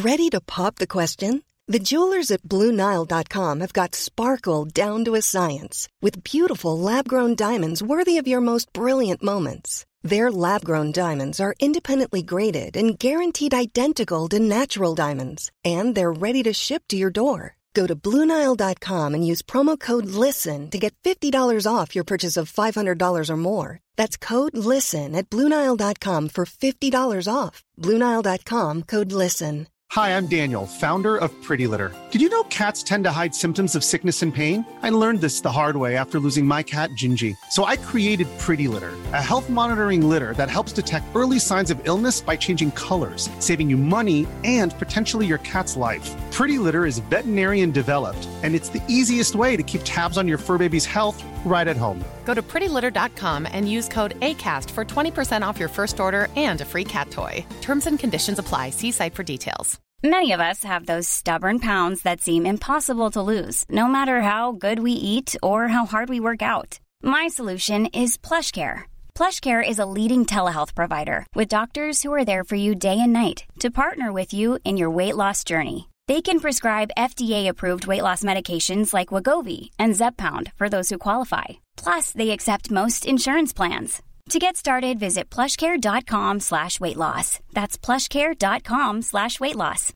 Ready to pop the question? The jewelers at BlueNile.com have got sparkle down to a science with beautiful lab-grown diamonds worthy of your most brilliant moments. Their lab-grown diamonds are independently graded and guaranteed identical to natural diamonds, and they're ready to ship to your door. Go to BlueNile.com and use promo code LISTEN to get $50 off your purchase of $500 or more. That's code LISTEN at BlueNile.com for $50 off. BlueNile.com, code LISTEN. Hi, I'm Daniel, founder of Pretty Litter. Did you know cats tend to hide symptoms of sickness and pain? I learned this the hard way after losing my cat, Gingy. So I created Pretty Litter, a health monitoring litter that helps detect early signs of illness by changing colors, saving you money and potentially your cat's life. Pretty Litter is veterinarian developed, and it's the easiest way to keep tabs on your fur baby's health right at home. Go to prettylitter.com and use code ACAST for 20% off your first order and a free cat toy. Terms and conditions apply. See site for details. Many of us have those stubborn pounds that seem impossible to lose, no matter how good we eat or how hard we work out. My solution is PlushCare. PlushCare is a leading telehealth provider with doctors who are there for you day and night to partner with you in your weight loss journey. They can prescribe FDA-approved weight loss medications like Wegovy and Zepbound for those who qualify. Plus, they accept most insurance plans. To get started, visit plushcare.com/weightloss. That's plushcare.com/weightloss.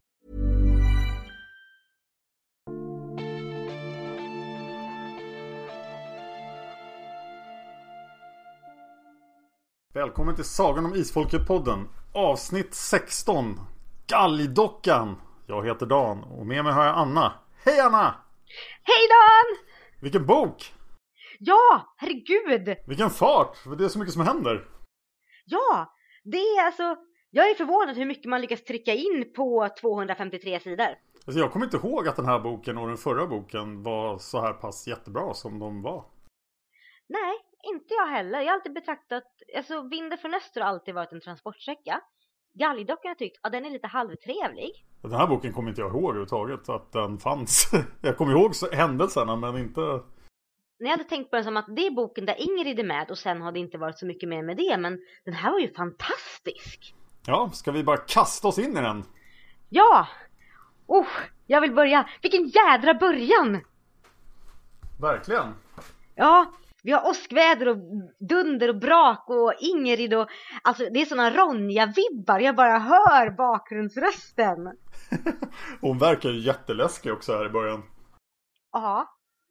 Välkommen till Sagan om Isfolket-podden. Avsnitt 16. Galgdockan. Jag heter Dan och med mig har jag Anna. Hej Anna! Hej Dan! Vilken bok! Ja, herregud! Vilken fart! För det är så mycket som händer. Ja, det är alltså... Jag är förvånad hur mycket man lyckas trycka in på 253 sidor. Alltså jag kommer inte ihåg att den här boken och den förra boken var så här pass jättebra som de var. Nej, inte jag heller. Jag har alltid betraktat... Alltså, Vinden från Öster har alltid varit en transportsträcka. Galgdockan har tyckt att den är lite halvtrevlig. Den här boken kommer inte jag ihåg överhuvudtaget att den fanns. Jag kommer ihåg händelserna men inte... Jag hade tänkt på den som att det är boken där Ingrid är med och sen har det inte varit så mycket mer med det. Men den här var ju fantastisk. Ja, ska vi bara kasta oss in i den? Ja! Jag vill börja. Vilken jädra början! Verkligen. Ja, vi har åskväder och dunder och brak och Ingrid och... Alltså det är såna Ronja-vibbar. Jag bara hör bakgrundsrösten. Hon verkar ju jätteläskig också här i början. Ja.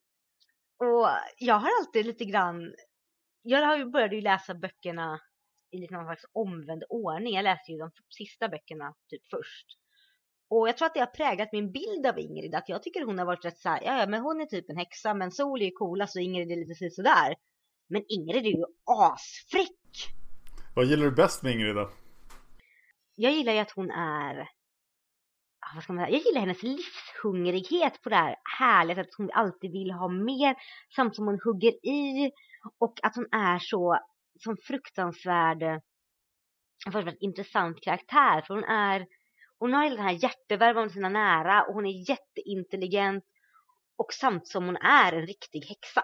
Och jag har alltid lite grann... Jag började ju läsa böckerna i lite någon slags omvänd ordning. Jag läste ju de sista böckerna typ först. Och jag tror att det har präglat min bild av Ingrid. Att jag tycker hon har varit rätt så här... Ja, men hon är typ en häxa. Men Sol är ju coolast så Ingrid är lite sådär. Men Ingrid är ju asfrick. Vad gillar du bäst med Ingrid då? Jag gillar ju att hon är... Vad ska man säga? Jag gillar hennes livshungrighet på det här härligt. Att hon alltid vill ha mer. Samt som hon hugger i. Och att hon är så... Som fruktansvärd... En intressant karaktär. För hon har hela den här hjärtevärvan med sina nära. Och hon är jätteintelligent. Och samt som hon är en riktig häxa.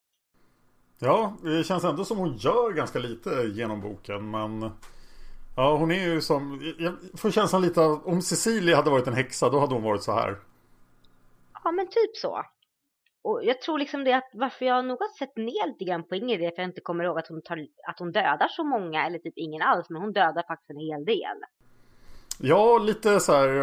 Ja, det känns ändå som hon gör ganska lite genom boken. Men ja, hon är ju som... Jag får känslan lite av... Om Cecilia hade varit en häxa, då hade hon varit så här. Ja, men typ så. Och jag tror liksom det att varför jag nog har sett ner lite grann på Ingrid. För jag inte kommer ihåg att hon dödar så många. Eller typ ingen alls. Men hon dödar faktiskt en hel del. Ja, lite så här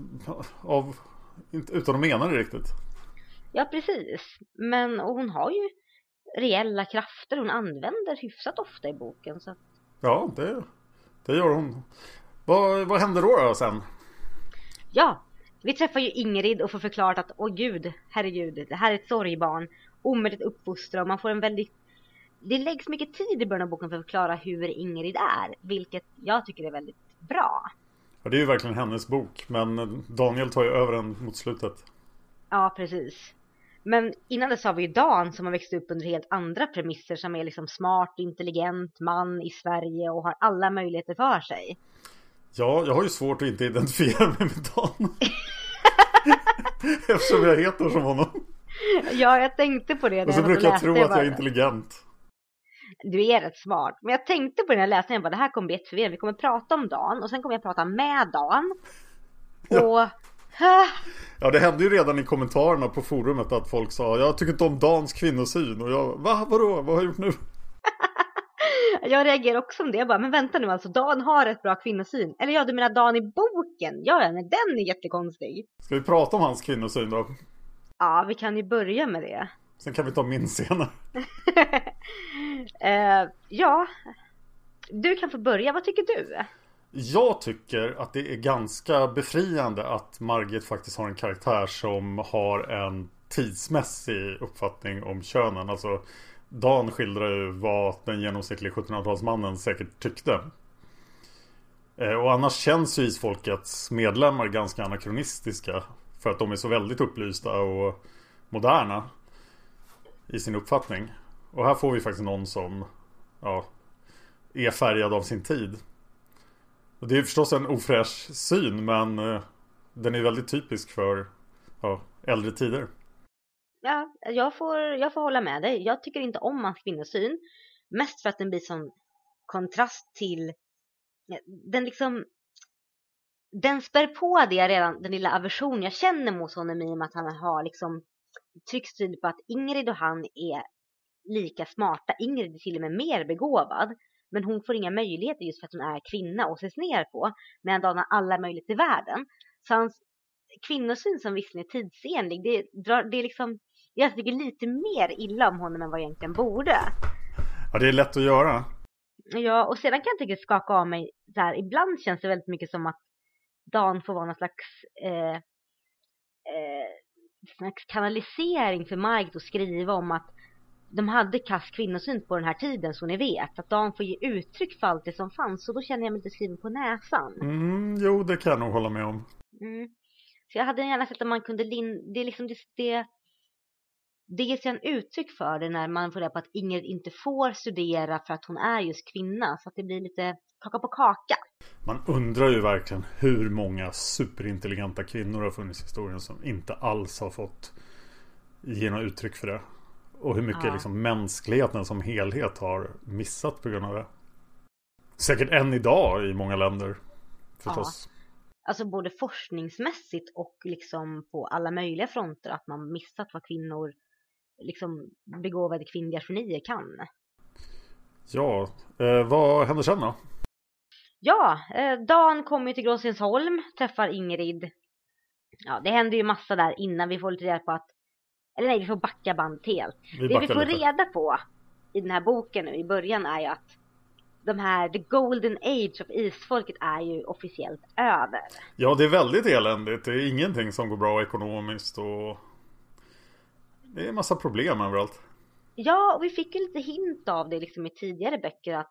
utan att mena det riktigt. Ja, precis. Men och hon har ju reella krafter. Hon använder hyfsat ofta i boken. Så. Ja, det gör hon. Vad händer då sen? Ja, vi träffar ju Ingrid och får förklarat att herregud, det här är ett sorgbarn. Omöjligt uppfostra och man får en väldigt... Det läggs mycket tid i början av boken för att förklara hur Ingrid är. Vilket jag tycker är väldigt bra. Ja, det är ju verkligen hennes bok. Men Daniel tar ju över den mot slutet. Ja, precis. Men innan det har vi ju Dan som har växt upp under helt andra premisser. Som är liksom smart, intelligent man i Sverige och har alla möjligheter för sig. Ja, jag har ju svårt att inte identifiera mig med Dan. Eftersom jag heter som honom. Ja, jag tänkte på det. Och så brukar jag tro att jag är intelligent. Du är rätt smart. Men jag tänkte på det när jag läste den. Det här kommer bli jätteförvirrande. Vi kommer prata om Dan. Och sen kommer jag prata med Dan. Och... Ja, det hände ju redan i kommentarerna på forumet att folk sa jag tycker inte om Dans kvinnosyn. Och jag, vadå? Vad har jag gjort nu? Jag reagerar också om det. Jag bara, men vänta nu alltså, Dan har ett bra kvinnosyn. Eller ja, du menar Dan i boken. Ja, men den är jättekonstig. Ska vi prata om hans kvinnosyn då? Ja, vi kan ju börja med det. Sen kan vi ta min senare. Ja, du kan få börja. Vad tycker du? Jag tycker att det är ganska befriande att Margit faktiskt har en karaktär som har en tidsmässig uppfattning om könen. Alltså, Dan skildrar ju vad den genomsnittliga 1700-talsmannen säkert tyckte. Och annars känns ju isfolkets medlemmar ganska anakronistiska. För att de är så väldigt upplysta och moderna i sin uppfattning. Och här får vi faktiskt någon som är färgad av sin tid. Och det är förstås en ofräsch syn, men den är väldigt typisk för äldre tider. Ja, jag får hålla med dig. Jag tycker inte om hans kvinnosyn. Mest för att den blir sån kontrast till... Den spär på det redan, den lilla aversion jag känner mot honom i och med att han har liksom trycks tydligt på att Ingrid och han är lika smarta. Ingrid är till och med mer begåvad. Men hon får inga möjligheter just för att hon är kvinna och ses ner på. Medan Dan har alla möjligheter i världen. Så hans kvinnosyn som visserligen är tidsenlig. Det är liksom... Jag tycker lite mer illa om honom än vad jag egentligen borde. Ja, det är lätt att göra. Ja, och sedan kan jag tycka skaka av mig så här. Ibland känns det väldigt mycket som att Dan får vara någon slags kanalisering för Margit att skriva om att de hade kass kvinnosyn på den här tiden, så ni vet. Att Dan får ge uttryck för allt det som fanns. Och då känner jag mig lite skriven på näsan. Jo, det kan jag nog hålla med om. Så jag hade gärna sett att man kunde... Det är liksom det ges en uttryck för det när man får reda på att Ingrid inte får studera för att hon är just kvinna. Så att det blir lite kaka på kaka. Man undrar ju verkligen hur många superintelligenta kvinnor har funnits i historien som inte alls har fått ge något uttryck för det. Och hur mycket liksom mänskligheten som helhet har missat på grund av det. Säkert än idag i många länder, förstås. Ja. Alltså både forskningsmässigt och liksom på alla möjliga fronter att man missat vad kvinnor, liksom begåvade kvinnliga genier kan. Ja, vad händer sen då? Ja, Dan kommer till Gråstensholm, träffar Ingrid. Ja, det händer ju massa där innan vi får lite reda på att... Eller nej, vi får backa bandet helt. Det vi får reda på i den här boken nu i början är ju att de här, the golden age of isfolket är ju officiellt över. Ja, det är väldigt eländigt. Det är ingenting som går bra ekonomiskt och det är en massa problem överallt. Ja, och vi fick ju lite hint av det liksom i tidigare böcker att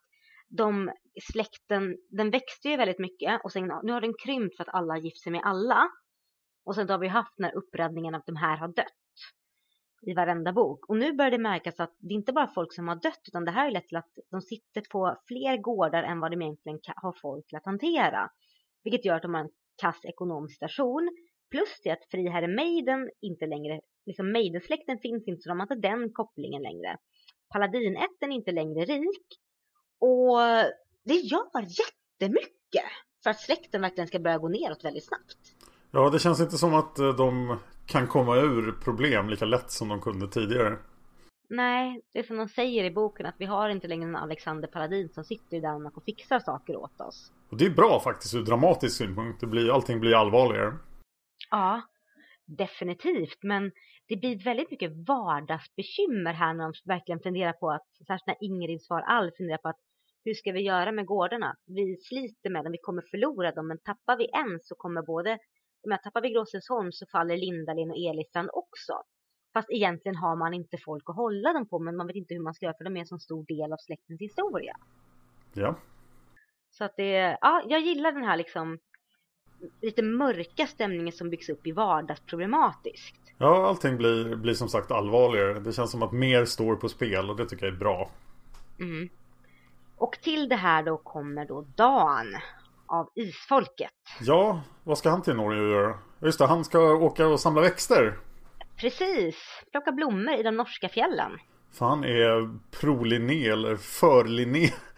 släkten, den växte ju väldigt mycket och sen, nu har den krympt för att alla gift sig med alla. Och sen har vi haft den här uppräddningen att de här har dött i varenda bok. Och nu börjar det märkas att det inte bara folk som har dött, utan det här är lätt till att de sitter på fler gårdar än vad de egentligen har folk till att hantera. Vilket gör att de har en kass ekonomisk station. Plus det att friherre Maiden inte längre, liksom Maidensläkten finns inte, så de har inte den kopplingen längre. Paladinätten är inte längre rik. Och det gör jättemycket för att släkten verkligen ska börja gå neråt väldigt snabbt. Ja, det känns inte som att de kan komma ur problem lika lätt som de kunde tidigare. Nej, det är som de säger i boken att vi har inte längre en Alexander Paladin som sitter i Danmark och fixar saker åt oss. Och det är bra faktiskt ur dramatisk synpunkt. Allting blir allvarligare. Ja, definitivt. Men det blir väldigt mycket vardagsbekymmer här när de verkligen funderar på att, särskilt när Ingrids far Alf funderar på att hur ska vi göra med gårdarna? Vi sliter med dem, vi kommer förlora dem, men tappar vi en så kommer tappar vi Gråstensholm så faller Lindalen och Elistrand också. Fast egentligen har man inte folk att hålla dem på, men man vet inte hur man ska göra för de är en så stor del av släktens historia. Ja. Så att jag gillar den här liksom lite mörka stämningen som byggs upp i vardagsproblematiskt. Ja, allting blir som sagt allvarligare. Det känns som att mer står på spel och det tycker jag är bra. Mm. Och till det här då kommer då Dan av isfolket. Ja, vad ska han till Norge göra? Just det, han ska åka och samla växter. Precis, plocka blommor i de norska fjällen. För han är pro-Linné eller för-Linné.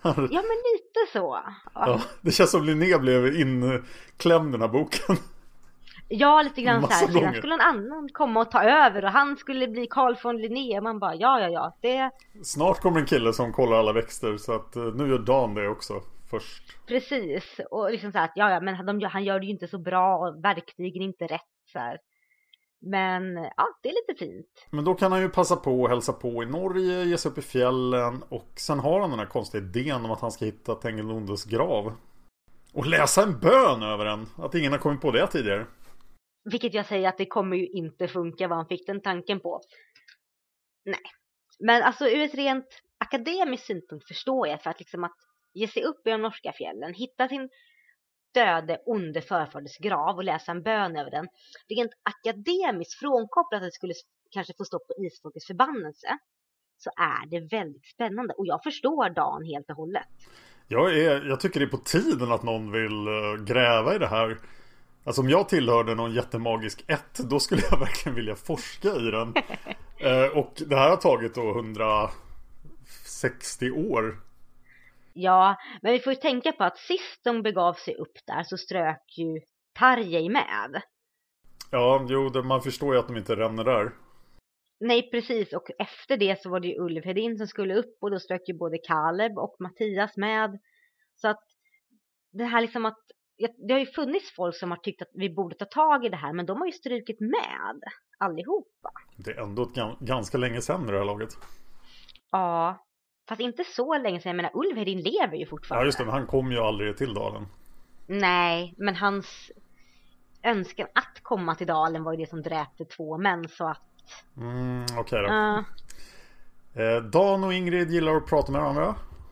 Ja, men lite så. Ja, det känns som Linné blev inklämd den här boken. Ja, lite grann så här. Sedan gånger. skulle en annan komma och ta över och han skulle bli Carl von Linné. Man bara, ja, det... Snart kommer en kille som kollar alla växter, så att nu gör Dan det också först. Precis, och liksom så här att men han gör det ju inte så bra och verktygen är inte rätt så här. Men ja, det är lite fint. Men då kan han ju passa på att hälsa på i Norge, ge sig upp i fjällen, och sen har han den här konstiga idén om att han ska hitta Tengilondes grav. Och läsa en bön över den, att ingen har kommit på det tidigare. Vilket jag säger att det kommer ju inte funka vad han fick den tanken på. Nej, men alltså ur ett rent akademiskt synpunkt förstår jag, för att liksom att ge sig upp i de norska fjällen, hitta sin döde onde förfaders grav och läsa en bön över den. Rent akademiskt frånkopplat att det skulle kanske få stå på isfolkets förbannelse, så är det väldigt spännande. Och jag förstår Dan helt och hållet. Jag tycker det är på tiden att någon vill gräva i det här. Alltså om jag tillhörde någon jättemagisk då skulle jag verkligen vilja forska i den. Och det här har tagit då 160 år. Ja, men vi får ju tänka på att sist de begav sig upp där så strök ju Tarjei med. Ja, man förstår ju att de inte ränner där. Nej, precis. Och efter det så var det ju Ulfhedin som skulle upp, och då strök ju både Kaleb och Mattias med. Så att det här liksom att det har ju funnits folk som har tyckt att vi borde ta tag i det här, men de har ju strukit med allihopa. Det är ändå ganska länge sedan i det här laget. Ja, fast inte så länge sedan. Jag menar, Ulfhedin lever ju fortfarande. Ja, just det, men han kom ju aldrig till dalen. Nej, men hans önskan att komma till dalen var ju det som dräpte 2 män, så att... Okej då. Dan och Ingrid gillar att prata med varandra.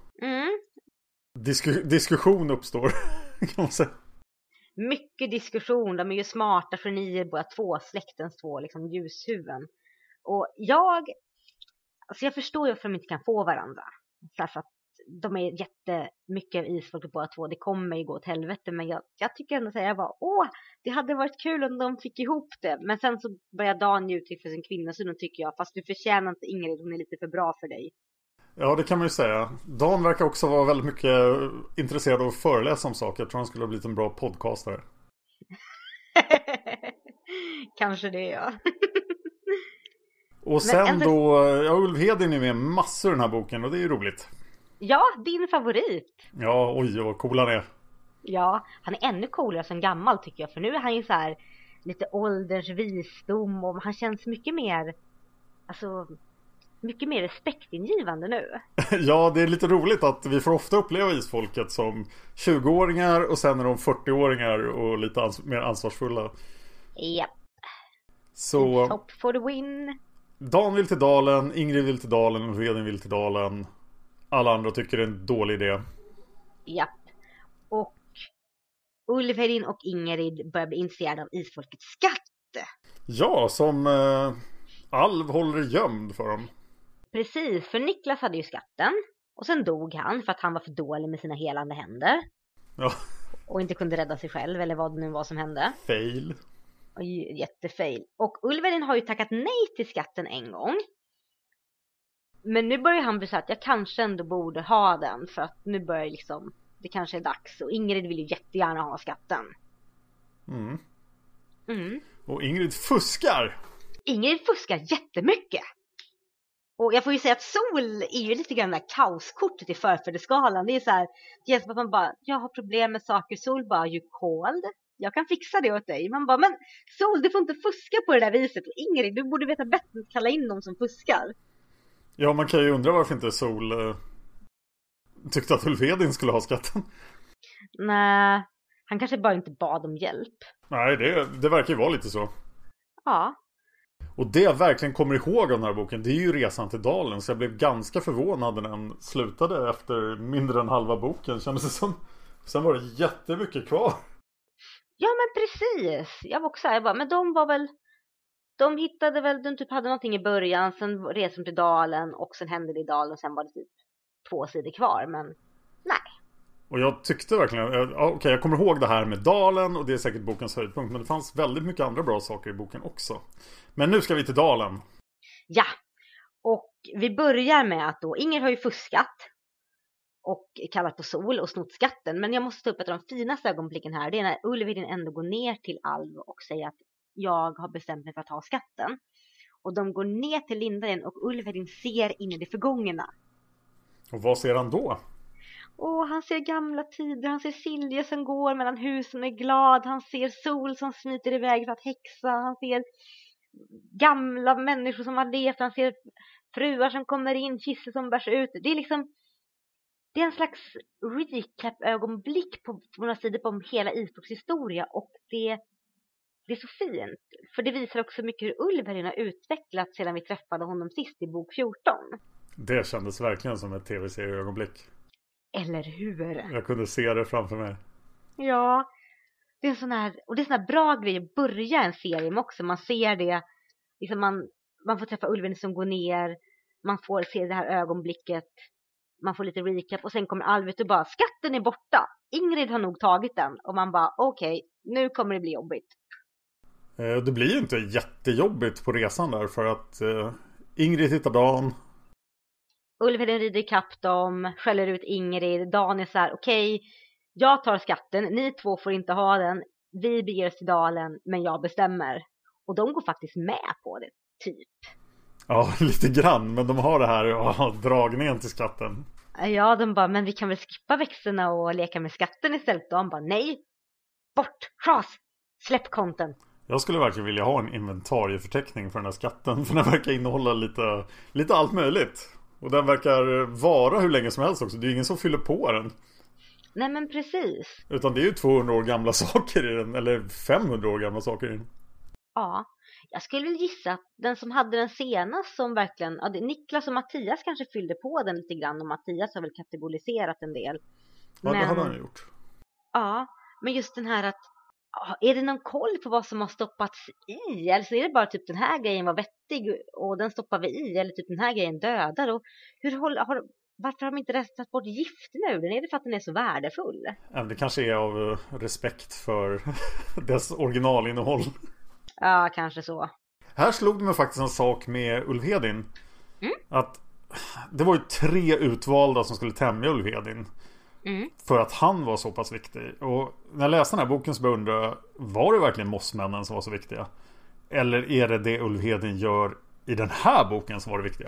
Diskussion uppstår, kan man säga. Mycket diskussion. De är ju smarta genier båda två, släktens 2 liksom ljushuvuden. Och jag förstår ju varför de inte kan få varandra. För att de är jättemycket isfolk båda två. Det kommer ju gå åt helvete. Men jag tycker ändå säga det hade varit kul om de fick ihop det. Men sen så börjar Dan ge uttryck för sin kvinna, så då tycker jag, fast du förtjänar inte Ingrid, hon är lite för bra för dig. Ja, det kan man ju säga. Dan verkar också vara väldigt mycket intresserad av att föreläsa om saker. Jag tror han skulle ha blivit en bra podcastare. Kanske det, ja. Och sen då, Ulfhedin är med massor i den här boken, och det är ju roligt. Ja, din favorit. Ja, oj vad cool han är. Ja, han är ännu coolare som gammal tycker jag. För nu är han ju så här lite ålders visdom, och han känns mycket mer respektingivande nu. Ja, det är lite roligt att vi får ofta uppleva isfolket som 20-åringar, och sen är de 40-åringar och lite mer ansvarsfulla. Japp. Så top for the win. Dan vill till dalen, Ingrid vill till dalen, och Ulfhedin vill till dalen. Alla andra tycker det är en dålig idé. Japp. Och Ulfhedin och Ingrid börjar bli intresserade av isfolkets skatt. Ja, som Alv håller gömd för dem. Precis, för Niklas hade ju skatten. Och sen dog han för att han var för dålig med sina helande händer. Ja. Och inte kunde rädda sig själv, eller vad det nu var som hände. Fail. Jättefail. Och Ulfhedin har ju tackat nej till skatten en gång. Men nu börjar han bli så att jag kanske ändå borde ha den. För att nu börjar liksom, det kanske är dags. Och Ingrid vill ju jättegärna ha skatten. Och Ingrid fuskar. Ingrid fuskar jättemycket. Och jag får ju säga att Sol är ju lite grann det där kaoskortet i förföderskalan. Det är så här, det är som att man bara, jag har problem med saker. Sol bara, you cold? Jag kan fixa det åt dig. Man bara, men Sol, du får inte fuska på det där viset. Och Ingrid, du borde veta bättre att kalla in dem som fuskar. Ja, man kan ju undra varför inte Sol tyckte att Ulfhedin skulle ha skatten. Nej, han kanske bara inte bad om hjälp. Nej, det verkar ju vara lite så. Ja. Och det jag verkligen kommer ihåg av den här boken, det är ju resan till dalen. Så jag blev ganska förvånad när den slutade efter mindre än halva boken, kändes det som. Sen var det jättemycket kvar. Ja, men precis. Jag var också här, men de hittade väl, de typ hade någonting i början, sen reste de till dalen och sen hände det i dalen och sen var det typ 2 sidor kvar, men nej. Och jag tyckte verkligen, jag kommer ihåg det här med dalen och det är säkert bokens höjdpunkt, men det fanns väldigt mycket andra bra saker i boken också. Men nu ska vi till dalen. Ja, och vi börjar med att då Inger har ju fuskat och kallat på Sol och snott skatten. Men jag måste ta upp ett av de finaste ögonblicken här. Det är när Ulvedin ändå går ner till Alv och säger att jag har bestämt mig för att ta skatten. Och de går ner till Lindaren och Ulvedin ser in i det förgångna. Och vad ser han då? Och han ser gamla tider, han ser Silje som går mellan husen och är glad. Han ser Sol som smiter iväg för att häxa. Han ser gamla människor som har levt. Han ser fruar som kommer in, kissar som bärs ut. Det är liksom, det är en slags recap-ögonblick på några sidor på hela Isfolks historia. Och det är så fint. För det visar också mycket hur Ulverin har utvecklats sedan vi träffade honom sist i bok 14. Det kändes verkligen som ett tv-serieögonblick. Eller hur? Jag kunde se det framför mig. Ja, det är en sån här, och det är en sån här bra grej att börja en serie med också. Man ser det, liksom man får träffa Ulverin som går ner, man får se det här ögonblicket, man får lite recap och sen kommer Alvet och bara, skatten är borta. Ingrid har nog tagit den. Och man bara, okej, nu kommer det bli jobbigt. Det blir ju inte jättejobbigt på resan där för att Ingrid hittar Dan. Ulverin rider ikapp dem, skäller ut Ingrid. Dan är så här, okej, jag tar skatten, ni två får inte ha den. Vi beger oss till dalen, men jag bestämmer. Och de går faktiskt med på det, typ. Ja, lite grann, men de har det här dragningen till skatten. Ja, de bara, men vi kan väl skippa växterna och leka med skatten istället. Och han bara, nej, bort, chas, släpp konten. Jag skulle verkligen vilja ha en inventarieförteckning för den här skatten. För den verkar innehålla lite allt möjligt. Och den verkar vara hur länge som helst också. Det är ju ingen som fyller på den. Nej, men precis. Utan det är ju 200 år gamla saker i den. Eller 500 år gamla saker i den. Ja, jag skulle väl gissa att den som hade den senast som verkligen... Ja, Niklas och Mattias kanske fyllde på den lite grann. Och Mattias har väl kategoriserat en del. Ja, det hade han gjort. Ja, men just den här att... Är det någon koll på vad som har stoppats i? Eller så är det bara typ den här grejen var vettig och den stoppar vi i. Eller typ den här grejen dödar. Och varför har de inte restat bort giften ur den? Är det för att den är så värdefull? Det kanske är av respekt för dess originalinnehåll. Ja, kanske så. Här slog det mig faktiskt en sak med Ulvhedin. Att det var ju 3 utvalda som skulle tämja Ulvhedin. För att han var så pass viktig. Och när jag läste den här boken så började jag undra, var det verkligen mossmännen som var så viktiga? Eller är det Ulvhedin gör i den här boken som var det viktiga?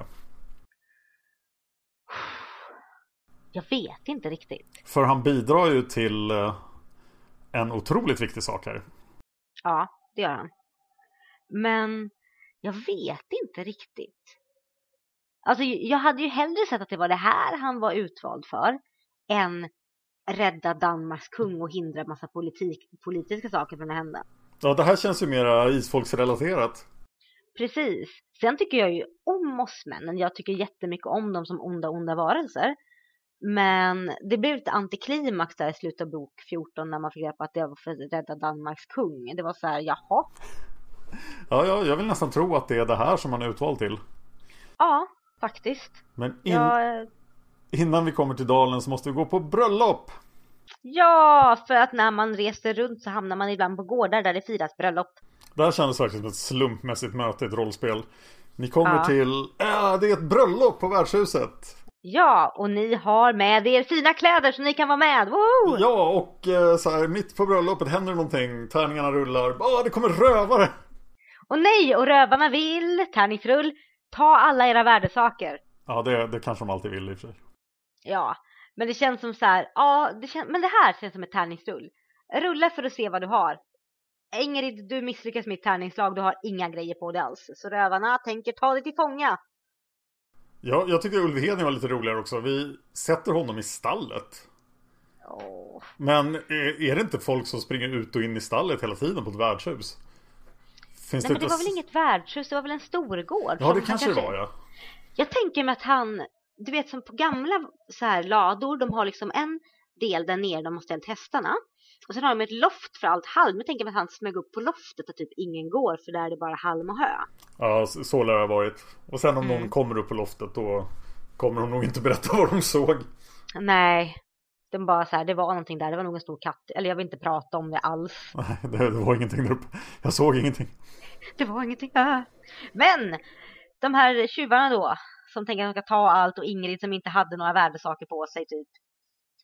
Jag vet inte riktigt. För han bidrar ju till en otroligt viktig sak här. Ja, det gör han. Men jag vet inte riktigt. Alltså jag hade ju hellre sett att det var det här han var utvald för än rädda Danmarks kung och hindra massa politiska saker från att hända. Ja, det här känns ju mer isfolksrelaterat. Precis. Sen tycker jag ju om mossmännen. Jag tycker jättemycket om dem som onda varelser. Men det blev lite antiklimax där i slutet av bok 14 när man fick reda på att det var för att rädda Danmarks kung. Det var så här, jaha. Ja, jag vill nästan tro att det är det här som man är utvald till. Ja, faktiskt. Men innan vi kommer till dalen så måste vi gå på bröllop. Ja, för att när man reser runt så hamnar man ibland på gårdar där det firas bröllop. Det här kändes faktiskt som ett slumpmässigt möte i ett rollspel. Ni kommer till, det är ett bröllop på värdshuset. Ja, och ni har med er fina kläder så ni kan vara med. Woo! Ja, och så här, mitt på bröllopet händer någonting. Tärningarna rullar. Det kommer rövare. Och nej, och rövarna vill, tärningsrull, ta alla era värdesaker. Ja, det kanske de alltid vill i och för sig. Ja, men det känns som så här, men det här känns som ett tärningsrull. Rulla för att se vad du har. Ingrid, du misslyckas med ett tärningslag, du har inga grejer på det alls. Så rövarna tänker ta det till fånga. Ja, jag tycker Ulvhedin var lite roligare också. Vi sätter honom i stallet. Men är det inte folk som springer ut och in i stallet hela tiden på ett värdshus? Nej, men det var väl inget värdshus, det var väl en storgård. Ja, det kanske det var, ja. Jag tänker mig att han, du vet som på gamla så här lador, de har liksom en del där nere de har ställt hästarna. Och sen har de ett loft för allt halm. Jag tänker mig att han smög upp på loftet och typ ingen går för där är det bara halm och hö. Ja, så lär det ha varit. Och sen om någon kommer upp på loftet då kommer de nog inte berätta vad de såg. Nej, de bara så här, det var någonting där, det var nog en stor katt. Eller jag vill inte prata om det alls. Nej, det var ingenting där uppe. Jag såg ingenting. Det var ingenting. Men de här tjuvarna då, som tänker att de ska ta allt och Ingrid som inte hade några värdesaker på sig typ.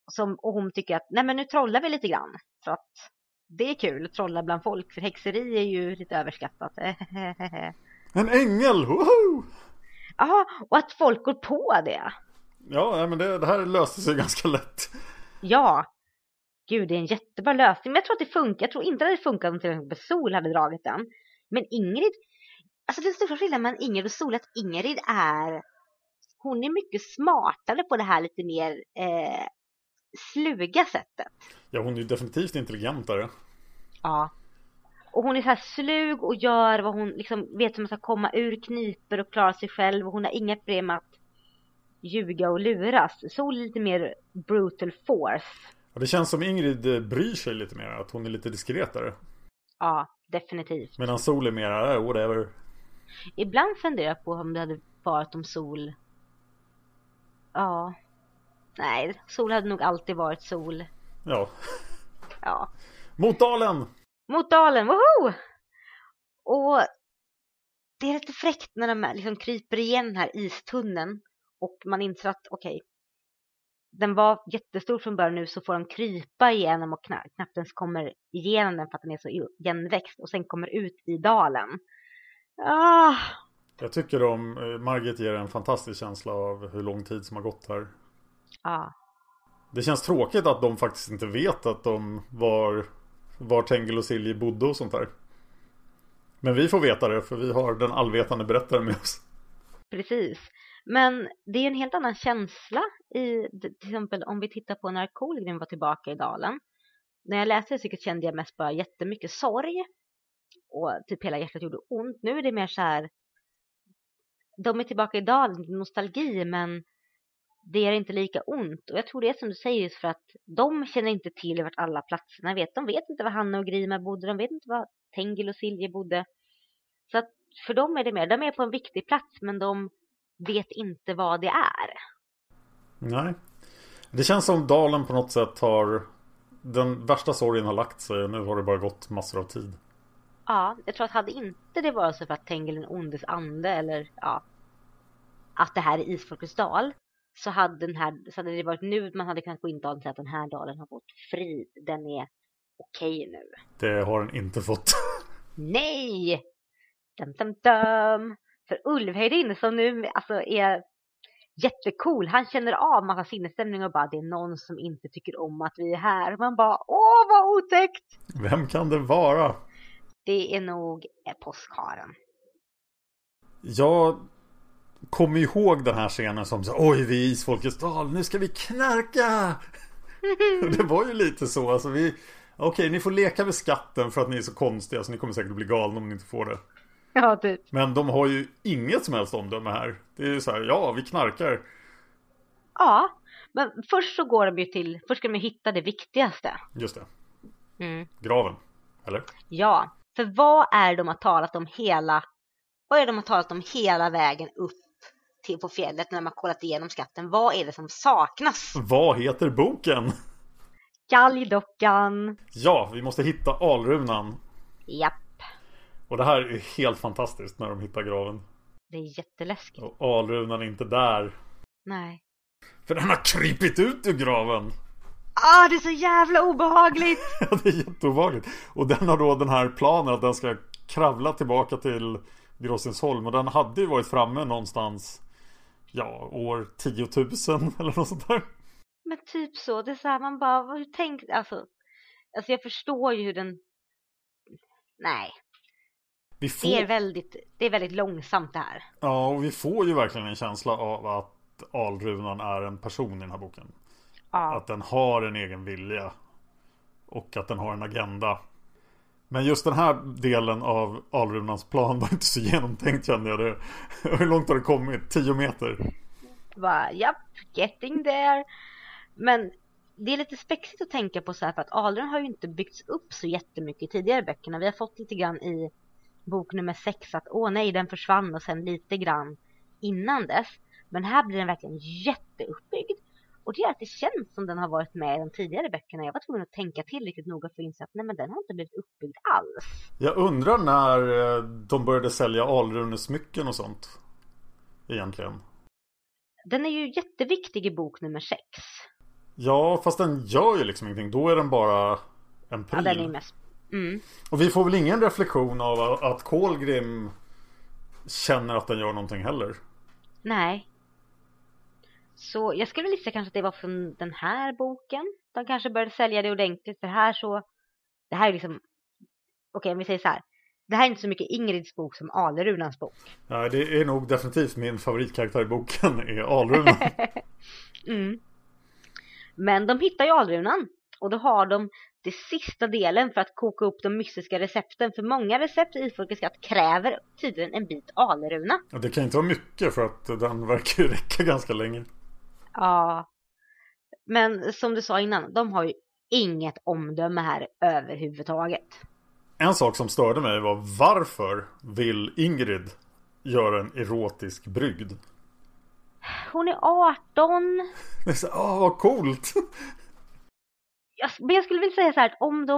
Och hon tycker att nej men nu trollar vi lite grann. För att det är kul att trolla bland folk. För häxeri är ju lite överskattat. En ängel! Woho! Ja, och att folk går på det. Ja, men det här löste sig ganska lätt. Ja. Gud, det är en jättebra lösning. Men jag tror att det funkar. Jag tror inte att det funkar om till exempel Sol hade dragit den. Men Ingrid... Alltså den stora skillnaden mellan Ingrid och Sol är att Ingrid är... Hon är mycket smartare på det här lite mer sluga sättet. Ja, hon är ju definitivt intelligentare. Ja. Och hon är så här slug och gör vad hon liksom vet hur man ska komma ur kniper och klara sig själv. Och hon har inga problem att ljuga och luras. Sol är lite mer brutal force. Ja, det känns som Ingrid bryr sig lite mer. Att hon är lite diskretare. Ja, definitivt. Medan Sol är mer, whatever. Ibland funderar jag på om det hade varit om Sol. Ja. Nej, Sol hade nog alltid varit Sol. Ja. Ja. Mot dalen! Mot dalen, woho! Och det är lite fräckt när de liksom kryper igen den här istunneln. Och man inser att okej, den var jättestor från början, nu så får de krypa igenom och knappt ens kommer igenom den för att den är så igenväxt. Och sen kommer ut i dalen. Ah. Jag tycker Margit ger en fantastisk känsla av hur lång tid som har gått här. Ja. Det känns tråkigt att de faktiskt inte vet att de var Tengil och Silje bodde och sånt där. Men vi får veta det, för vi har den allvetande berättaren med oss. Precis. Men det är en helt annan känsla i, till exempel om vi tittar på när Kolgrim var tillbaka i dalen. När jag läste det så kände jag mest bara jättemycket sorg. Och typ hela hjärtat gjorde ont. Nu är det mer så här, de är tillbaka i dalen, nostalgi, men det är inte lika ont. Och jag tror det är som du säger, just för att de känner inte till vart alla platserna vet. De vet inte var Hanna och Grima bodde. De vet inte var Tengil och Silje bodde. Så att för dem är det mer, de är på en viktig plats, men de vet inte vad det är. Nej. Det känns som dalen på något sätt har, den värsta sorgen har lagt sig och nu har det bara gått massor av tid. Ja, jag tror att hade inte det varit så för att Tengil är en ondes ande, eller ja, att det här är Isfolkets dal, så hade det varit nu man hade kunnat gå in och säga att den här dalen har fått frid. Den är okej nu. Det har den inte fått. Nej! Dum. För Ulvhöjdin som nu alltså är jättecool. Han känner av massa sinnesstämning och bara det är någon som inte tycker om att vi är här. Man bara, åh vad otäckt! Vem kan det vara? Det är nog påskharen. Jag kommer ihåg den här scenen som så, oj, vi är Isfolkets dal, nu ska vi knarka! Det var ju lite så, alltså okej, ni får leka med skatten för att ni är så konstiga så ni kommer säkert bli galna om ni inte får det. Ja, typ. Men de har ju inget som helst omdöme här. Det är ju så här, ja, vi knarkar. Ja, men först så går de ju till, först ska de hitta det viktigaste. Just det. Mm. Graven, eller? Ja, för vad är de har talat om hela vägen upp till på fjället när man har kollat igenom skatten? Vad är det som saknas? Vad heter boken? Galgdockan. Ja, vi måste hitta Alrunan. Japp. Och det här är helt fantastiskt när de hittar graven. Det är jätteläskigt. Och Alrunan är inte där. Nej. För den har krypit ut ur graven. Det är så jävla obehagligt. Ja, det är jätteobehagligt. Och den har då den här planen att den ska kravla tillbaka till Gråstensholm. Och den hade ju varit framme någonstans, ja, år 10 000 eller något sånt där. Men typ så, det är så här, man bara, hur tänkte, alltså jag förstår ju hur den, nej. Det är väldigt långsamt det här. Ja, och vi får ju verkligen en känsla av att Alrunan är en person i den här boken. Ja. Att den har en egen vilja. Och att den har en agenda. Men just den här delen av Alrunans plan var inte så genomtänkt, kände jag det. Hur långt har det kommit? 10 meter? Japp, getting there. Men det är lite spexigt att tänka på så här, för att Alrun har ju inte byggts upp så jättemycket i tidigare böckerna. Vi har fått lite grann i bok nummer 6 att nej, den försvann, och sen lite grann innan dess. Men här blir den verkligen jätteuppbyggd. Och det gör att det känns som den har varit med i de tidigare böckerna. Jag var tvungen att tänka till riktigt noga för att inse att nej, men den har inte blivit uppbyggd alls. Jag undrar när de började sälja Alrunesmycken och sånt. Egentligen. Den är ju jätteviktig i bok nummer 6. Ja, fast den gör ju liksom ingenting. Då är den bara en pryl. Ja, den är mest. Och vi får väl ingen reflektion av att Kolgrim känner att den gör någonting heller. Nej. Så jag skulle vilja kanske att det var från den här boken. De kanske började sälja det ordentligt. För här så... Det här är liksom... Okej, om vi säger så här. Det här är inte så mycket Ingrids bok som Alrunans bok. Ja, det är nog definitivt min favoritkaraktär i boken är Alrunan. Men de hittar ju Alrunan. Och då har de det sista delen för att koka upp de mystiska recepten. För många recept i Folkets skatt kräver tydligen en bit Alruna. Ja, det kan inte vara mycket för att den verkar ju räcka ganska länge. Ja. Men som du sa innan, de har ju inget omdöme här överhuvudtaget. En sak som störde mig var varför vill Ingrid göra en erotisk brygd? Hon är 18. Det är så, vad coolt. Jag skulle vilja säga så här att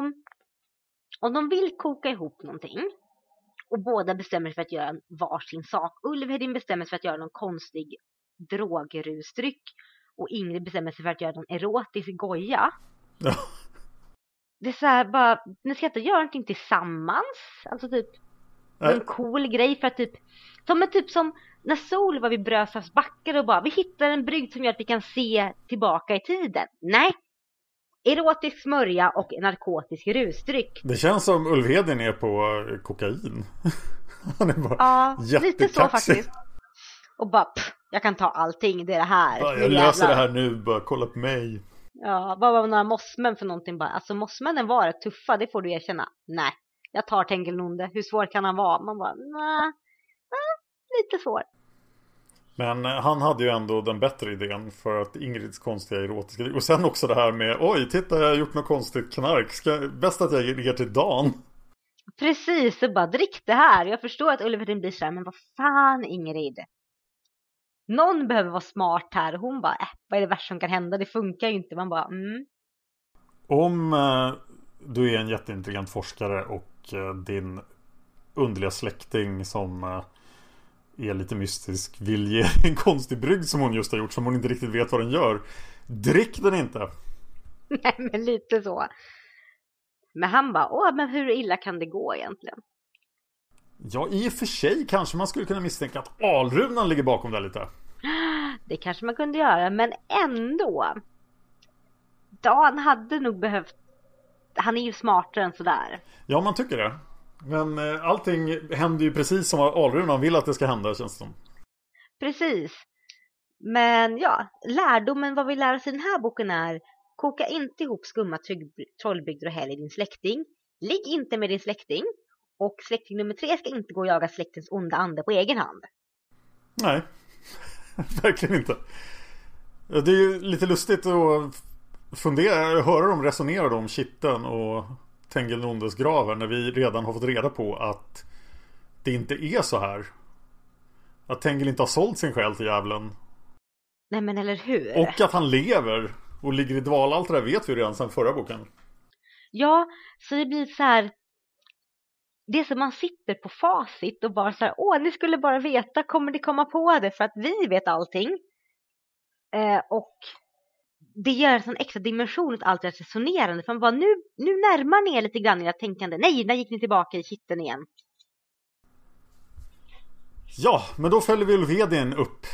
om de vill koka ihop någonting och båda bestämmer sig för att göra en varsin sak. Ulvhedin bestämmer sig för att göra någon konstig drogrusdryck och Ingrid bestämmer sig för att göra någon erotisk goja. Ja. Det är så här bara, ni ska inte göra någonting tillsammans. Alltså typ en cool grej för att typ som när Sol var vid Brösarps backar och bara vi hittar en brygd som gör att vi kan se tillbaka i tiden. Nej. Erotisk smörja och narkotisk rusdryck. Det känns som Ulvhedin är på kokain. Han är bara lite så faktiskt. Och bara, jag kan ta allting, det är det här. Ja, jag löser det här nu, bara kolla på mig. Ja, vad var några mossmän för någonting bara. Alltså mossmännen var rätt tuffa, det får du erkänna. Nej, jag tar Tengilnonde. Hur svår kan han vara? Man bara, nej, lite svår. Men han hade ju ändå den bättre idén för att Ingrids konstiga erotiska... Och sen också det här med, oj, titta jag har gjort något konstigt knark. Bäst att jag ger till Dan. Precis, så bara drick det här. Jag förstår att Ulvhedin blir så här, men vad fan Ingrid? Någon behöver vara smart här. Hon bara, vad är det värsta som kan hända? Det funkar ju inte. Man bara, Om du är en jätteintelligent forskare och din underliga släkting som är lite mystisk vill ge en konstig brygd som hon just har gjort som hon inte riktigt vet vad den gör. Drick den inte. Nej, men lite så. Men han bara, men hur illa kan det gå egentligen? Ja, i och för sig kanske man skulle kunna misstänka att Alrunan ligger bakom det lite. Det kanske man kunde göra, men ändå. Dan hade nog behövt... Han är ju smartare än sådär. Ja, man tycker det. Men allting händer ju precis som Alrunan vill att det ska hända, känns det som. Precis. Men ja, lärdomen vad vi lär oss i den här boken är: koka inte ihop skumma trollbygder och häll i din släkting. Ligg inte med din släkting. Och släkting nummer 3 ska inte gå och jaga släktens onda ande på egen hand. Nej, verkligen inte. Det är ju lite lustigt att höra dem resonera om Kitten och Tengilnondes graver när vi redan har fått reda på att det inte är så här. Att Tengil inte har sålt sin själ till djävulen. Nej, men eller hur? Och att han lever och ligger i dval. Allt det där vet vi redan sedan förra boken. Ja, så det blir så här... Det är som man sitter på facit och bara så här, ni skulle bara veta, kommer ni komma på det för att vi vet allting. Och det gör en sån extra dimension åt allt det resonerande. För man bara, nu närmar ni er lite grann i det tänkande. Nej, när gick ni tillbaka i Kitten igen? Ja, men då följer vi Ulvhedin upp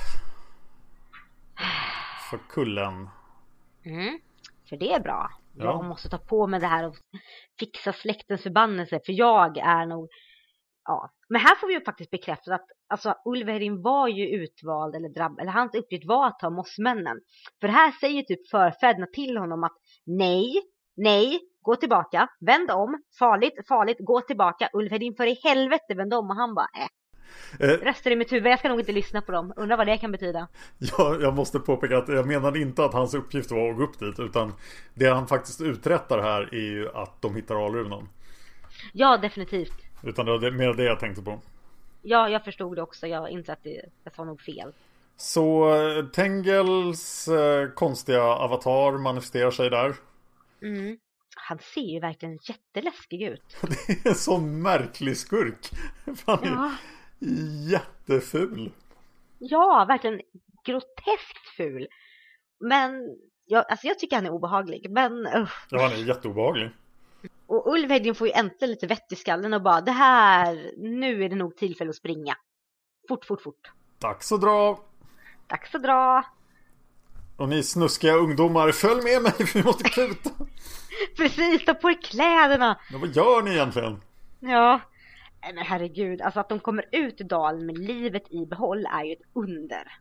för kullen. För det är bra. Ja. Jag måste ta på mig det här och fixa släktens förbannelse. För jag är nog... Ja. Men här får vi ju faktiskt bekräfta att alltså, Ulvhedin var ju utvald eller hans uppgift var att ta mossmännen. För här säger typ förfäderna till honom att nej, gå tillbaka, vänd om, farligt, gå tillbaka. Ulvhedin för i helvete, vänd om. Och han bara, röster i mitt huvud, jag ska nog inte lyssna på dem. Undrar vad det kan betyda. Ja, jag måste påpeka att jag menade inte att hans uppgift var att gå upp dit, utan det han faktiskt uträttar här är ju att de hittar Alrunan. Ja, definitivt. Utan det var mer det jag tänkte på. Ja, jag förstod det också. Jag insåg att jag sa nog fel. Så Tengels konstiga avatar manifesterar sig där. Han ser ju verkligen jätteläskig ut. Det är en sån märklig skurk. Han är jätteful. Ja, verkligen groteskt ful. Men jag tycker han är obehaglig. Men Ja, han är jätteobehaglig. Och Ulf får ju äntligen lite vett i skallen och bara, det här, nu är det nog tillfälle att springa. Fort. Dags att dra. Dags att dra. Och ni snuskiga ungdomar, följ med mig för vi måste kuta. Precis, ta på er kläderna. Ja, vad gör ni egentligen? Ja, men herregud, alltså att de kommer ut i dalen med livet i behåll är ju ett under.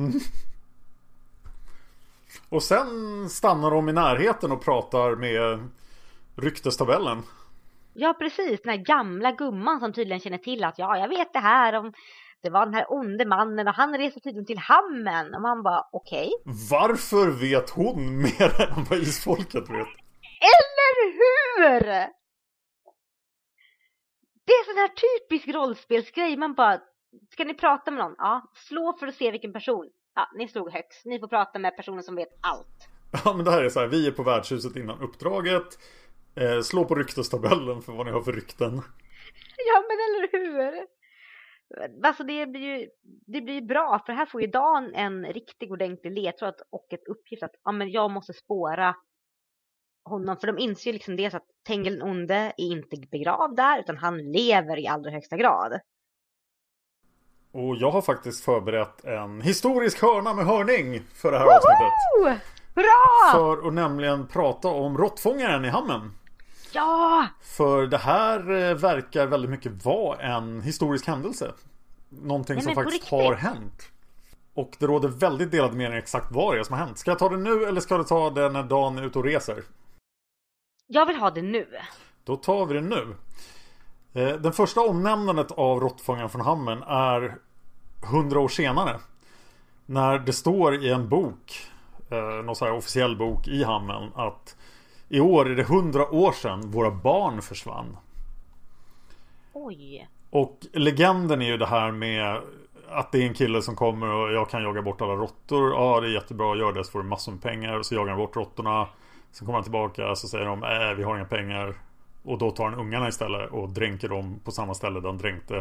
Och sen stannar de i närheten och pratar med ryktestabellen. Ja, precis, den här gamla gumman som tydligen känner till att jag vet det här om... Det var den här onde mannen och han reser tydligen till hamnen. Och man bara, okej. Varför vet hon mer än vad isfolket vet? Eller hur? Det är sån här typisk rollspelsgrej. Man bara, ska ni prata med någon? Ja, slå för att se vilken person. Ja, ni slog högst. Ni får prata med personer som vet allt. Ja, men det här är så här, vi är på värdshuset innan uppdraget. Slå på ryktestabellen för vad ni har för rykten. Ja, men eller hur? Alltså det blir ju bra, för här får ju Dan en riktigt ordentlig ledtråd och ett uppgift att men jag måste spåra honom, för de inser ju liksom det, så att Tengil den onde är inte begravd där utan han lever i allra högsta grad. Och jag har faktiskt förberett en historisk hörna med hörning för det här avsnittet. Hurra! För att nämligen prata om råttfångaren i hamnen. Ja! För det här verkar väldigt mycket vara en historisk händelse. Någonting som faktiskt har hänt. Och det råder väldigt delade meningar exakt vad det är som har hänt. Ska jag ta det nu eller ska jag ta det när Dan är ute och reser? Jag vill ha det nu. Då tar vi det nu. Den första omnämnandet av råttfångaren från hamnen är 100 år senare. När det står i en bok, någon sån här officiell bok i hamnen, att i år är det 100 år sedan våra barn försvann. Oj. Och legenden är ju det här med att det är en kille som kommer och jag kan jaga bort alla råttor. Ja, det är jättebra, gör det så får du massor med pengar. Och så jagar han bort råttorna. Sen kommer han tillbaka så säger de, vi har inga pengar. Och då tar han ungarna istället och dränker dem på samma ställe där han dränkte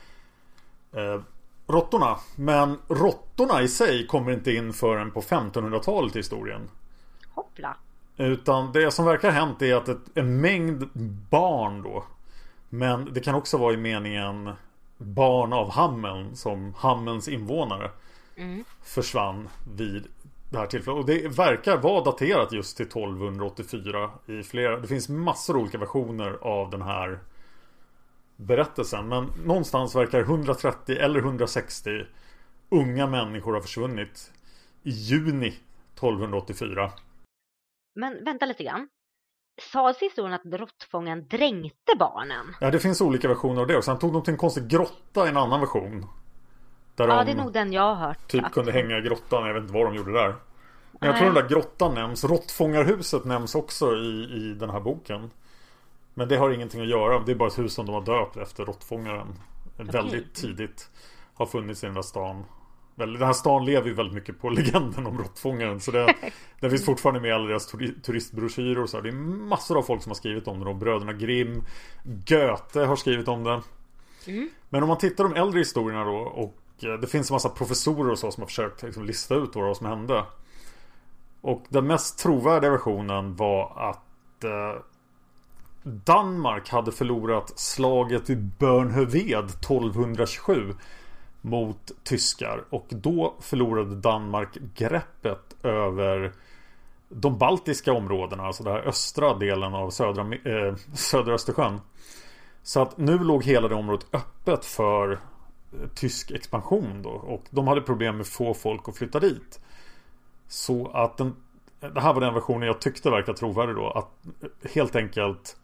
råttorna. Men råttorna i sig kommer inte in förrän på 1500-talet i historien. Hoppla. Utan det som verkar ha hänt är att en mängd barn då, men det kan också vara i meningen barn av Hameln, som Hamelns invånare försvann vid det här tillfället. Och det verkar vara daterat just till 1284 i flera. Det finns massor av olika versioner av den här berättelsen, men någonstans verkar 130 eller 160 unga människor ha försvunnit i juni 1284. Men vänta lite grann. Sades i historien att råttfångaren dränkte barnen? Ja, det finns olika versioner av det. Och sen tog de till en konstig grotta i en annan version. Där det är nog den jag har hört. Typ kunde hänga i grottan. Jag vet inte vad de gjorde där. Men jag tror den där grottan nämns. Råttfångarhuset nämns också i den här boken. Men det har ingenting att göra. Det är bara ett hus som de har döpt efter råttfångaren. Väldigt tidigt har funnits i den där stan. Den här stan lever ju väldigt mycket på legenden om råttfångaren. Så det finns fortfarande med alla deras turistbroschyrer och så. Det är massor av folk som har skrivit om det. Och bröderna Grimm, Goethe har skrivit om det. Men om man tittar de äldre historierna då, och det finns en massa professorer och så som har försökt liksom lista ut vad som hände. Och den mest trovärdiga versionen var att Danmark hade förlorat slaget vid Börnhöved 1227 mot tyskar, och då förlorade Danmark greppet över de baltiska områdena, alltså den här östra delen av södra Östersjön. Så att nu låg hela det området öppet för tysk expansion då, och de hade problem med få folk att flytta dit. Så att det här var den versionen jag tyckte verkade trovärdig då, att helt enkelt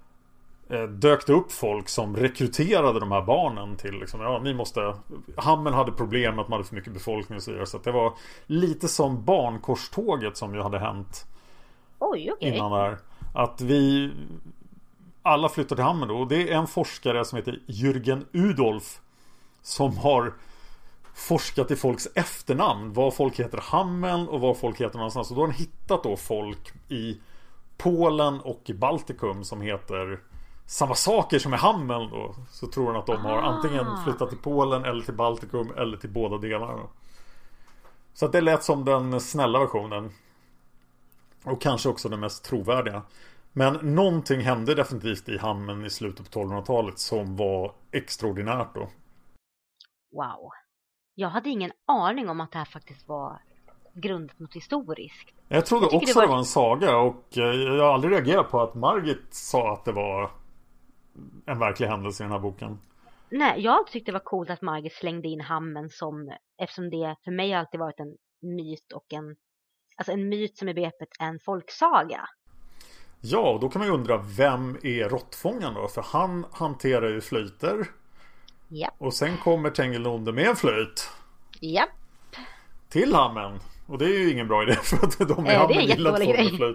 dök det upp folk som rekryterade de här barnen till liksom, Hameln hade problem med att man hade för mycket befolkning och så vidare. Så att det var lite som barnkorståget som ju hade hänt innan där. Att vi alla flyttade till Hameln då. Och det är en forskare som heter Jürgen Udolf som har forskat i folks efternamn. Vad folk heter Hameln och vad folk heter någonstans. Och då har han hittat då folk i Polen och i Baltikum som heter samma saker som i Hameln då. Så tror han att de har antingen flyttat till Polen eller till Baltikum eller till båda delarna. Så att det lät som den snälla versionen. Och kanske också den mest trovärdiga. Men någonting hände definitivt i Hammen i slutet på 1200-talet som var extraordinärt då. Wow. Jag hade ingen aning om att det här faktiskt var grundat något historiskt. Jag trodde också det var en saga, och jag har aldrig reagerat på att Margit sa att det var en verklig händelse i den här boken. Nej, jag tyckte det var coolt att Margit slängde in Hammen eftersom det för mig alltid varit en myt och en myt som är begreppet en folksaga. Ja, då kan man ju undra, vem är råttfångaren då? För han hanterar ju flöjter. Ja. Och sen kommer Tengilonde med en flöjt. Ja. Till Hammen. Och det är ju ingen bra idé, för att de är Hammen en jättedålig grej. Flöjt.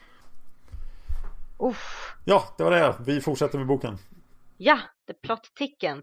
Uff. Ja, det var det. Vi fortsätter med boken. Ja, The Plot Thickens.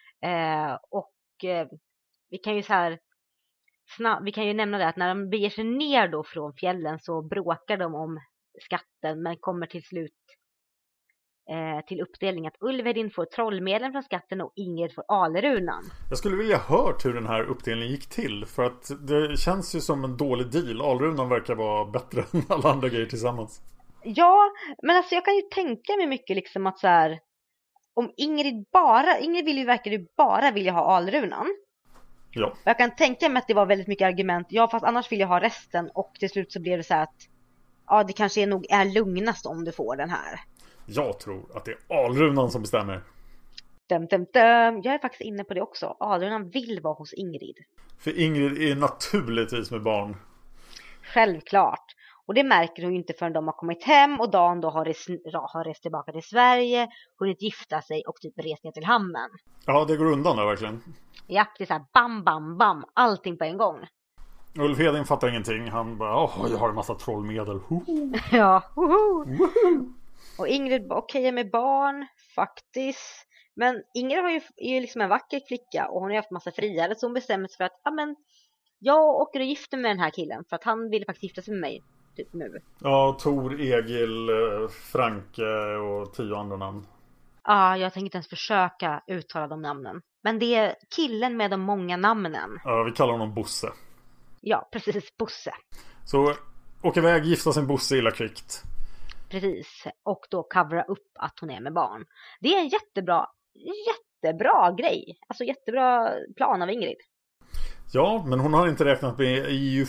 Vi kan ju så här vi kan ju nämna det att när de beger sig ner då från fjällen så bråkar de om skatten, men kommer till slut till uppdelning att Ulvedin får trollmedlen från skatten och Ingrid får alrunan. Jag skulle vilja hört hur den här uppdelningen gick till, för att det känns ju som en dålig deal. Alrunan verkar vara bättre än alla andra grejer tillsammans. Ja, men alltså jag kan ju tänka mig mycket liksom att så här, om Ingrid verkar ju bara vilja ha alrunan. Ja. Jag kan tänka mig att det var väldigt mycket argument. Ja, fast annars vill jag ha resten. Och till slut så blev det så här att ja, det kanske är lugnast om du får den här. Jag tror att det är alrunan som bestämmer. Dum. Jag är faktiskt inne på det också. Alrunan vill vara hos Ingrid. För Ingrid är naturligtvis med barn. Självklart. Och det märker hon ju inte förrän de har kommit hem och Dan då har rest tillbaka till Sverige, hunnit gifta sig och typ rest ner till Hammen. Ja, det går undan där verkligen. Ja, det är så här bam, bam, bam. Allting på en gång. Ulf Hedin fattar ingenting. Han bara, jag har en massa trollmedel. Ja, och Ingrid okej med barn, faktiskt. Men Ingrid är ju liksom en vacker flicka och hon har ju haft massa friare, så hon bestämmer sig för att jag åker och gifter med den här killen för att han vill faktiskt gifta sig med mig typ nu. Ja, Tor, Egil, Franke och 10 andra namn. Ja, jag tänker inte ens försöka uttala de namnen. Men det är killen med de många namnen. Ja, vi kallar honom Bosse. Ja, precis, Bosse. Så åker iväg, gifta sin Bosse illa kvickt. Precis, och då covera upp att hon är med barn. Det är en jättebra grej. Alltså jättebra plan av Ingrid. Ja, men hon har inte räknat med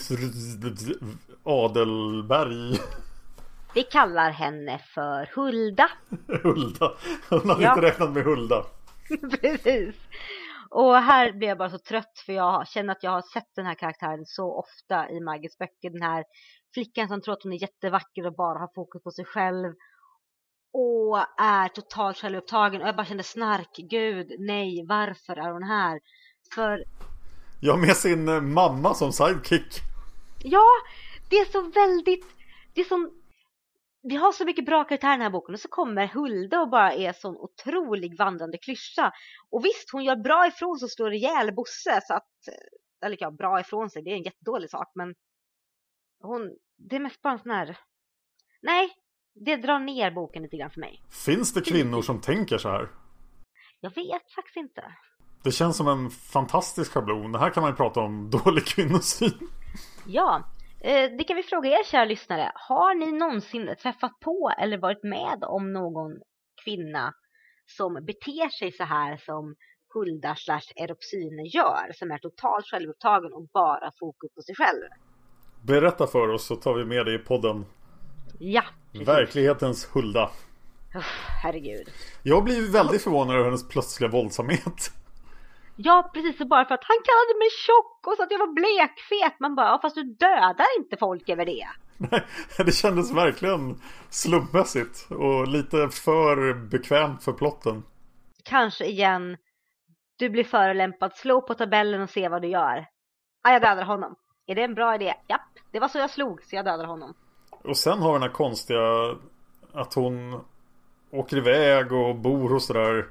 Adelberg. Vi kallar henne för Hulda. Hulda. Hon har inte räknat med Hulda. Precis. Och här blir jag bara så trött, för jag känner att jag har sett den här karaktären så ofta i Margits böcker. Den här flickan som tror att hon är jättevacker och bara har fokus på sig själv. Och är totalt självupptagen. Och jag bara kände gud, nej, varför är hon här? För... Ja, med sin mamma som sidekick. Ja, det är så väldigt... Det är som... Vi har så mycket bra karaktärer i den här boken, och så kommer Hulda och bara är sån otrolig vandrande klyscha. Och visst, hon gör bra ifrån sig och slår ihjäl Bosse, så att... Eller ja, bra ifrån sig, det är en jättedålig sak, men... Det är mest bara en sån här... Nej, det drar ner boken lite grann för mig. Finns det kvinnor som tänker så här? Jag vet faktiskt inte. Det känns som en fantastisk schablon. Det här kan man ju prata om dålig kvinnosyn. Ja, det kan vi fråga er, kära lyssnare. Har ni någonsin träffat på eller varit med om någon kvinna som beter sig så här som Hulda / Eropsyne gör? Som är totalt självupptagen och bara fokus på sig själv. Berätta för oss, så tar vi med det i podden. Ja, precis. Verklighetens Hulda. Herregud. Jag blir väldigt förvånad över hennes plötsliga våldsamhet. Ja, precis, så bara för att han kallade mig tjock och så att jag var blekfet. Man bara, fast du dödar inte folk över det. Nej, det kändes verkligen slumpmässigt och lite för bekvämt för plotten. Kanske igen, du blir förolämpad, slå på tabellen och se vad du gör. Jag dödar honom. Är det en bra idé? Japp, det var så jag slog, så jag dödade honom. Och sen har vi den här konstiga att hon åker iväg och bor hos det där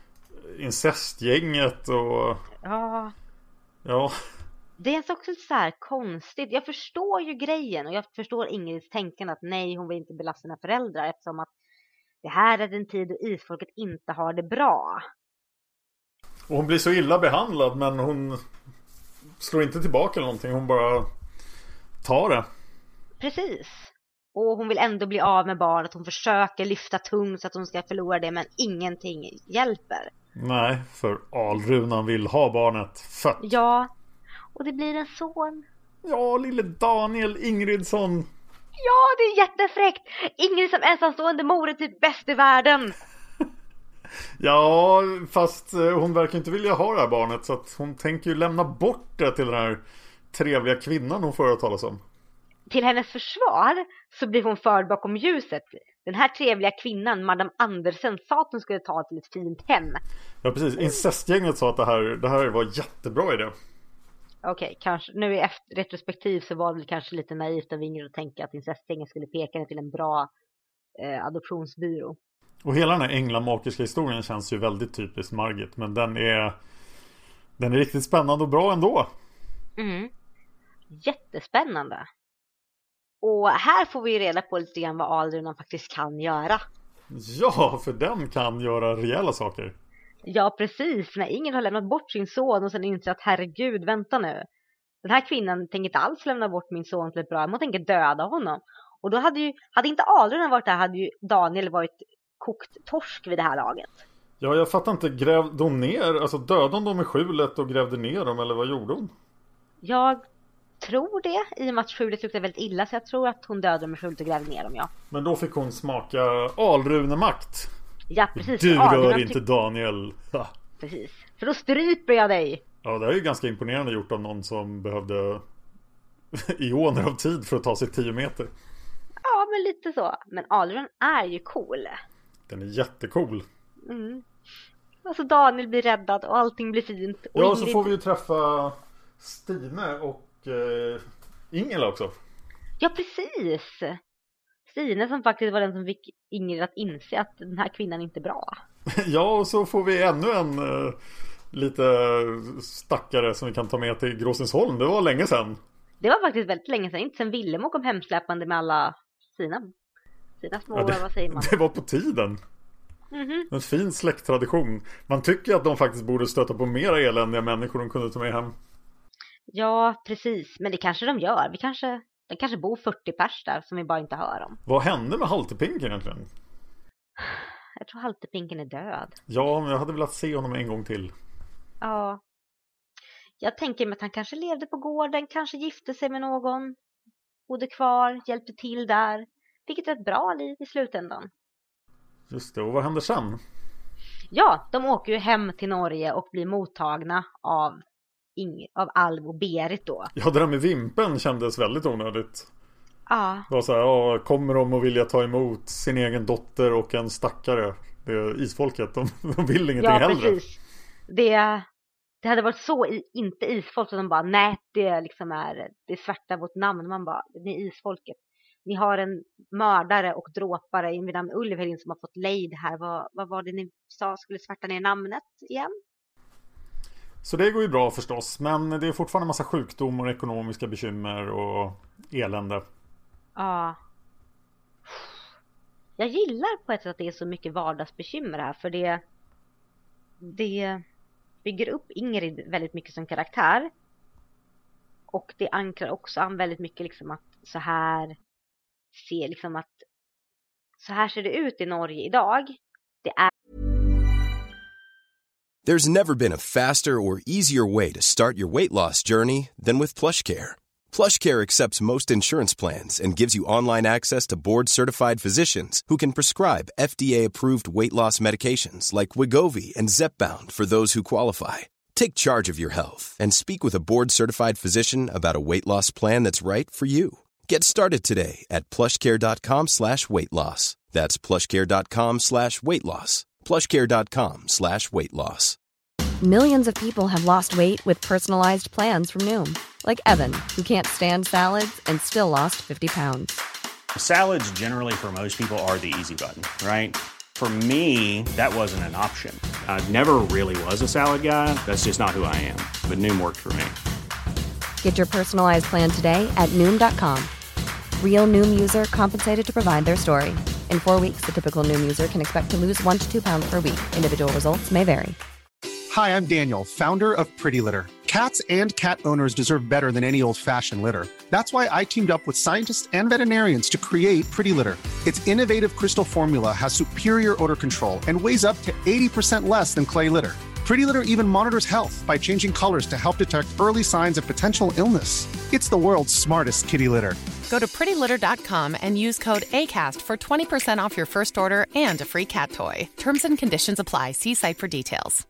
incestgänget och... Ja. Det är också så här konstigt. Jag förstår ju grejen och jag förstår Ingrids tänkande att nej, hon vill inte belasta sina föräldrar, eftersom att det här är den tid då isfolket inte har det bra. Och hon blir så illa behandlad, men hon slår inte tillbaka eller någonting. Hon bara tar det. Precis. Och hon vill ändå bli av med barnet. Hon försöker lyfta tungt så att hon ska förlora det. Men ingenting hjälper. Nej, för Alrunan vill ha barnet fött. Ja, och det blir en son. Ja, lille Daniel Ingridsson. Ja, det är jättefräckt. Ingrid som ensamstående mor är typ bäst i världen. Ja, fast hon verkar inte vilja ha det här barnet. Så att hon tänker ju lämna bort det till den här trevliga kvinnan hon får talas om. Till hennes försvar så blir hon förd bakom ljuset. Den här trevliga kvinnan, Madame Andersen, sa att hon skulle ta till ett fint hem. Ja, precis. Incestgänget sa att det här var jättebra idé. Okej, kanske. Nu i retrospektiv så var det kanske lite naivt av Ingrid att tänka att incestgänget skulle peka henne till en bra adoptionsbyrå. Och hela den här änglamakiska historien känns ju väldigt typiskt Margit. Men den är riktigt spännande och bra ändå. Mm. Jättespännande. Och här får vi reda på lite grann vad Alrunan faktiskt kan göra. Ja, för den kan göra rejäla saker. Ja, precis. När ingen har lämnat bort sin son och sen inser att herregud, vänta nu. Den här kvinnan tänker inte alls lämna bort min son till ett bra. Hon tänker döda honom. Och då hade inte Alrunan varit där hade ju Daniel varit kokt torsk vid det här laget. Ja, jag fattar inte. Grävde hon ner? Alltså dödade hon dem i skjulet och grävde ner dem? Eller vad gjorde hon? Jag tror det. I och med att skjulet luktade väldigt illa. Så jag tror att hon dödade dem i skjulet och grävde ner dem, ja. Men då fick hon smaka Alrunemakt. Ja, precis. Du rör inte Daniel. Ha. Precis. För då stryper jag dig. Ja, det är ju ganska imponerande gjort av någon som behövde ioner av tid för att ta sig 10 meter. Ja, men lite så. Men Alrunan är ju cool. Den är jättecool. Mm. Alltså Daniel blir räddad och allting blir fint. Och ja, Ingrid... så får vi ju träffa Stine och Ingela också. Ja, precis. Stine som faktiskt var den som fick Ingrid att inse att den här kvinnan inte är bra. Ja, och så får vi ännu en lite stackare som vi kan ta med till Gråsensholm. Det var länge sedan. Det var faktiskt väldigt länge sedan. Inte sen Willem kom hemsläpande med alla sina små, vad säger man? Det var på tiden. Mm-hmm. En fin släkttradition. Man tycker att de faktiskt borde stöta på mera eländiga människor de kunde ta med hem. Ja, precis. Men det kanske de gör. Det kanske bor 40 pers där som vi bara inte hör om. Vad hände med Haltepinken egentligen? Jag tror Haltepinken är död. Ja, men jag hade velat se honom en gång till. Ja. Jag tänker mig att han kanske levde på gården. Kanske gifte sig med någon. Bodde kvar, hjälpte till där. Fick ett bra liv i slutändan. Just det, och vad händer sen? Ja, de åker ju hem till Norge och blir mottagna av Alv och Berit då. Ja, det där med Vimpen kändes väldigt onödigt. Ja. Det var så här, kommer de och vilja ta emot sin egen dotter och en stackare? Det är isfolket, de vill ingenting hellre. Ja, precis. Det hade varit så inte isfolk så de bara, nej, det liksom det är svarta vårt namn. Man bara, ni är isfolket. Ni har en mördare och dråpare vid namn Ulverin som har fått lejd här. Vad var det ni sa skulle svärta ner namnet igen? Så det går ju bra förstås. Men det är fortfarande en massa sjukdom och ekonomiska bekymmer och elände. Ja. Jag gillar på ett sätt att det är så mycket vardagsbekymmer här. För det bygger upp Ingrid väldigt mycket som karaktär. Och det ankrar också an väldigt mycket liksom att så här ser det ut i Norge idag. Det är... There's never been a faster or easier way to start your weight loss journey than with PlushCare. PlushCare accepts most insurance plans and gives you online access to board-certified physicians who can prescribe FDA-approved weight loss medications like Wegovy and Zepbound for those who qualify. Take charge of your health and speak with a board-certified physician about a weight loss plan that's right for you. Get started today at plushcare.com/weightloss. That's plushcare.com/weightloss. plushcare.com/weightloss. Millions of people have lost weight with personalized plans from Noom. Like Evan, who can't stand salads and still lost 50 pounds. Salads generally for most people are the easy button, right? For me, that wasn't an option. I never really was a salad guy. That's just not who I am. But Noom worked for me. Get your personalized plan today at Noom.com. Real Noom user compensated to provide their story. In 4 weeks, the typical Noom user can expect to lose 1 to 2 pounds per week. Individual results may vary. Hi, I'm Daniel, founder of Pretty Litter. Cats and cat owners deserve better than any old-fashioned litter. That's why I teamed up with scientists and veterinarians to create Pretty Litter. Its innovative crystal formula has superior odor control and weighs up to 80% less than clay litter. Pretty Litter even monitors health by changing colors to help detect early signs of potential illness. It's the world's smartest kitty litter. Go to prettylitter.com and use code ACAST for 20% off your first order and a free cat toy. Terms and conditions apply. See site for details.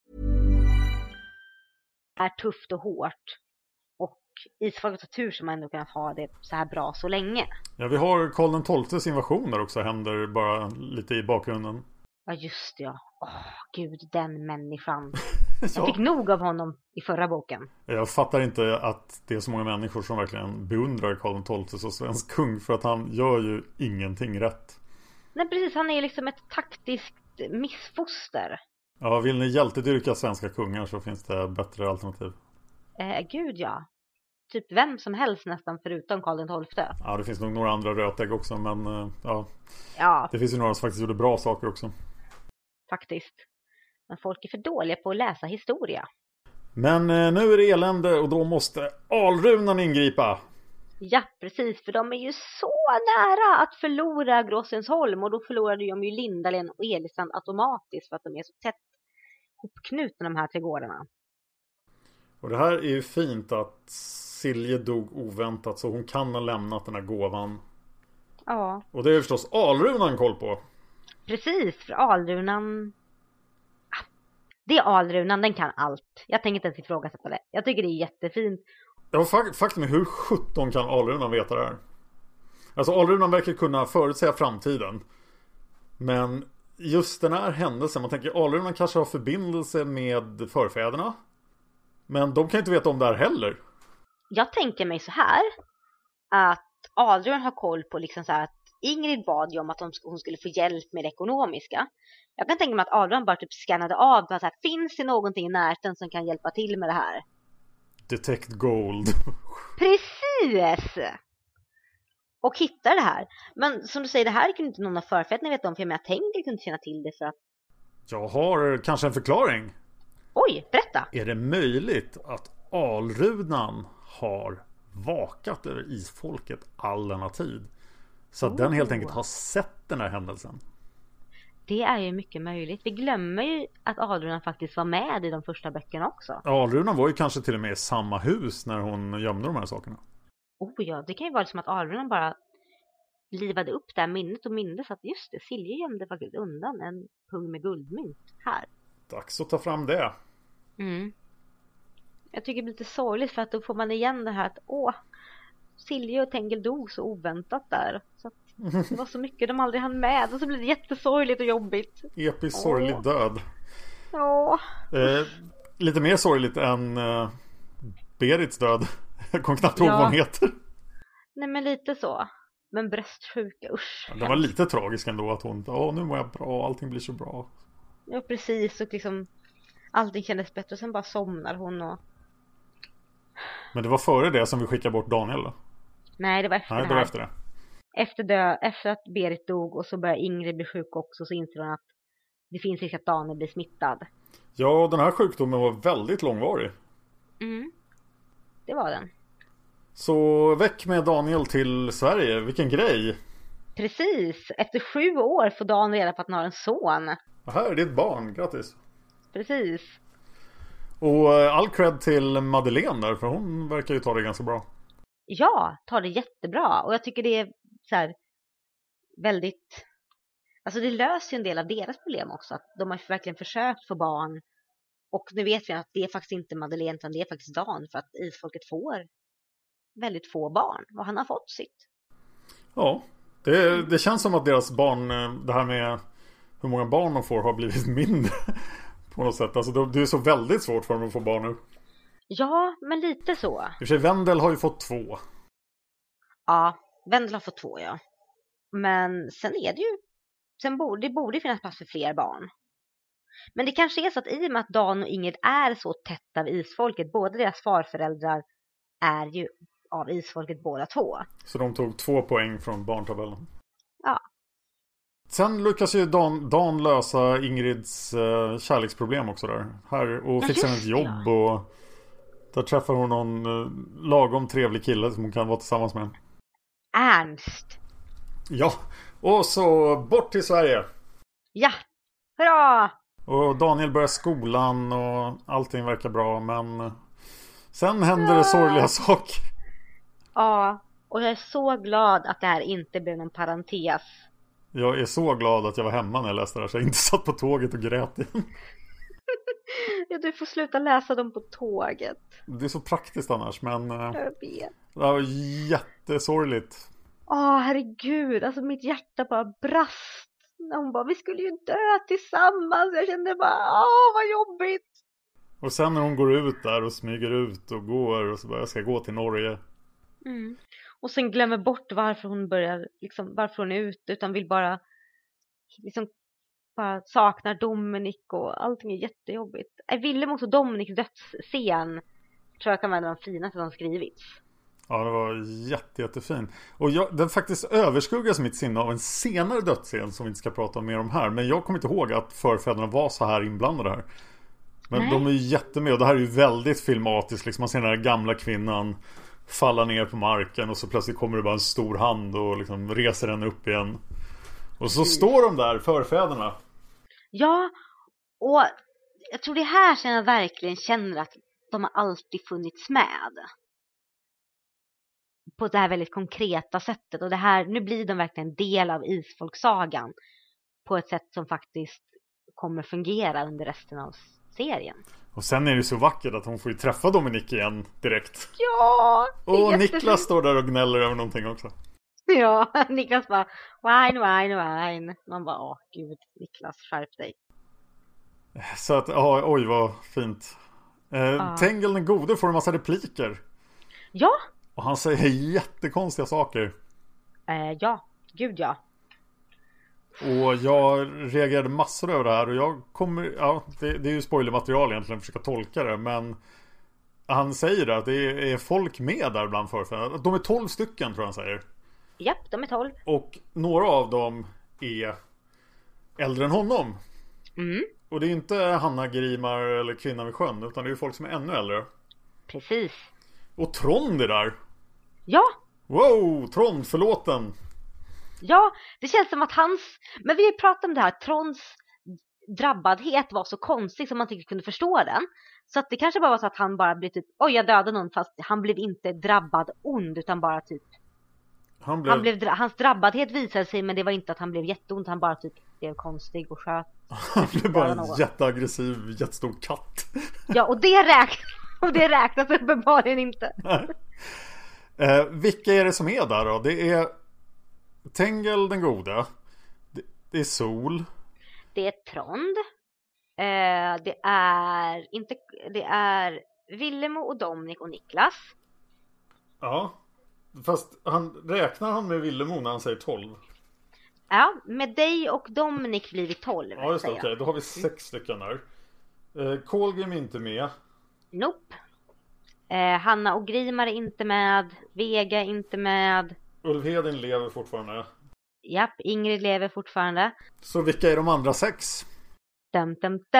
Är tufft och hårt. Och isfolket har tur som ändå kunnat ha det så här bra så länge. Ja, vi har Karl XIIs invasioner också, händer bara lite i bakgrunden. Ja, just det, ja. Gud, den människan. Jag fick nog av honom i förra boken. Jag fattar inte att det är så många människor som verkligen beundrar Karl XII som svensk kung, för att han gör ju ingenting rätt. Nej, precis. Han är liksom ett taktiskt missfoster. Ja, vill ni hjältedyrka svenska kungar så finns det bättre alternativ. Gud, ja. Typ vem som helst nästan förutom Karl XII. Ja, det finns nog några andra rötägg också, men ja. Det finns ju några som faktiskt gjorde bra saker också. Faktiskt. Men folk är för dåliga på att läsa historia. Men nu är det elände och då måste Alrunan ingripa. Ja, precis. För de är ju så nära att förlora Gråsensholm. Och då förlorade de ju Lindalen och Elisand automatiskt för att de är så tätt hopknutna, de här tre gårdarna. Och det här är ju fint att Silje dog oväntat, så hon kan ha lämnat den här gåvan. Ja. Och det är förstås Alrunan koll på. Precis, för Alrunan... Det är Alrunan, den kan allt. Jag tänker inte ens ifrågasätta det. Jag tycker det är jättefint. Ja, faktum är, hur 17 kan Alrunan veta det här? Alltså Alrunan verkar kunna förutsäga framtiden. Men just den här händelsen, man tänker Alrunan kanske har förbindelse med förfäderna. Men de kan inte veta om det här heller. Jag tänker mig så här, att Alrunan har koll på liksom så här, att Ingrid bad ju om att hon skulle få hjälp med det ekonomiska. Jag kan tänka mig att Alrunan bara typ skannade av så här, finns det någonting i närheten som kan hjälpa till med det här? Detect gold. Precis! Och hittar det här. Men som du säger, det här kunde inte någon av förfäderna veta om, för jag tänkte kunde känna till det för att... Jag har kanske en förklaring. Oj, berätta! Är det möjligt att Alrunan har vakat över isfolket all denna tid? Så att den helt enkelt har sett den här händelsen. Det är ju mycket möjligt. Vi glömmer ju att Alrunan faktiskt var med i de första böckerna också. Alrunan var ju kanske till och med i samma hus när hon gömde de här sakerna. Oh ja, det kan ju vara som att Alrunan bara livade upp det här minnet och mindes att just det, Silje gömde faktiskt undan en pung med guldmynt här. Dags att ta fram det. Mm. Jag tycker det blir lite sorgligt, för att då får man igen det här att Silje och Tengel dog så oväntat där. Så att det var så mycket de aldrig hann med. Och så blir det jättesorgligt och jobbigt. Episk sorglig död. Ja. Lite mer sorgligt än Berits död. Jag kom knappt ihåg vad hon heter. Nej, men lite så. Men bröstsjuka, usch. Det var lite tragiskt ändå att hon, nu mår jag bra, allting blir så bra. Ja, precis. Och liksom allting kändes bättre och sen bara somnar hon och... Men det var före det som vi skickade bort Daniel då? Nej, det var efter det här. Det var efter det. Efter att Berit dog och så börjar Ingrid bli sjuk också, så inser hon att det finns risk att Daniel blir smittad. Ja, den här sjukdomen var väldigt långvarig. Mm, det var den. Så väck med Daniel till Sverige, vilken grej. Precis, efter 7 år får Daniel reda på att han har en son. Det här är ditt barn, grattis. Precis. Och all cred till Madeleine där, för hon verkar ju ta det ganska bra. Ja, tar det jättebra. Och jag tycker det är så här väldigt... Alltså det löser ju en del av deras problem också. Att de har verkligen försökt få barn. Och nu vet vi att det är faktiskt inte Madeleine, utan det är faktiskt Dan. För att isfolket får väldigt få barn. Och han har fått sitt. Ja, det känns som att deras barn, det här med hur många barn de får, har blivit mindre på något sätt. Alltså det är så väldigt svårt för dem att få barn nu. Ja, men lite så. I och för sig, Wendel har ju fått 2. Ja, Wendel har fått 2, ja. Men sen är det ju... Det borde finnas plats för fler barn. Men det kanske är så att i och med att Dan och Ingrid är så tätt av isfolket, båda deras farföräldrar är ju av isfolket båda 2. Så de tog 2 poäng från barntabellen. Ja. Sen lyckas ju Dan lösa Ingrids kärleksproblem också där. Här, och fixa ett jobb och Där träffar hon någon lagom trevlig kille som hon kan vara tillsammans med. Ernst. Ja, och så bort till Sverige. Ja, hurra! Och Daniel börjar skolan och allting verkar bra, men sen händer det sorgliga saker. Ja, och jag är så glad att det här inte blev någon parentes. Jag är så glad att jag var hemma när jag läste det här, så jag inte satt på tåget och grät igen. Ja, du får sluta läsa dem på tåget. Det är så praktiskt annars, men Jag vet. det var jättesorgligt. Herregud, alltså mitt hjärta bara brast. Hon bara, vi skulle ju dö tillsammans. Jag kände bara, vad jobbigt. Och sen när hon går ut där och smyger ut och går och så bara, jag ska gå till Norge. Mm. Och sen glömmer bort varför hon börjar, liksom, varför hon är ute, utan vill bara liksom bara saknar Dominic och allting är jättejobbigt. Willem och Dominics dödsscen tror jag kan vara den finaste som skrivits. Ja, det var jättefin. Och den faktiskt överskuggas mitt sinne av en senare dödsscen som vi inte ska prata mer om här. Men jag kommer inte ihåg att förfäderna var så här inblandade här. Men Nej. de är ju jättemed och det här är ju väldigt filmatiskt. Liksom man ser den här gamla kvinnan falla ner på marken och så plötsligt kommer det bara en stor hand och liksom reser den upp igen. Och så står de där, förfäderna. Ja, och jag tror det här som jag verkligen känner att de har alltid funnits med. På det här väldigt konkreta sättet. Och det här, nu blir de verkligen en del av Isfolksagan. På ett sätt som faktiskt kommer fungera under resten av serien. Och sen är det så vackert att hon får ju träffa Dominic igen direkt. Ja! Och Niklas står där och gnäller över någonting också. Ja, Niklas bara wine. Man bara, gud, Niklas, skärp dig. Så att, oj vad fint. Tengel den gode får en massa repliker. Ja. Och han säger jättekonstiga saker. Ja, gud ja. Och jag reagerade massor över det här. Och jag kommer, det är ju spoilermaterial egentligen att försöka tolka det. Men han säger att det är folk med där bland förfäderna. De är 12 stycken tror jag han säger. Japp, de är 12. Och några av dem är äldre än honom. Mm. Och det är inte Hanna Grimar eller Kvinnan vid sjön, utan det är folk som är ännu äldre. Precis. Och Trond är där. Ja. Wow, Trond, förlåten. Ja, det känns som att men vi har ju pratat om det här, Tronds drabbadhet var så konstig som man inte kunde förstå den. Så att det kanske bara var så att han bara blev typ, jag dödade någon, fast han blev inte drabbad ond, utan bara typ hans drabbadhet visade sig, men det var inte att han blev jätteont, han bara typ blev konstig och sköt. Han blev bara en jätteaggressiv, jättestor katt. Ja, och det räknas uppenbarligen inte. Vilka är det som är där då? Det är Tengel den gode. Det är Sol. Det är Trond. Det är Willem och Dominic och Niklas. Ja. Fast räknar han med Willemo när han säger 12? Ja, med dig och Dominic blir vi 12. Ja, just det, okej. Då har vi 6 stycken där. Kolgrim är inte med. Nope. Hanna och Grimar är inte med. Vega är inte med. Ulfheden lever fortfarande. Japp, Ingrid lever fortfarande. Så vilka är de andra 6? Dum.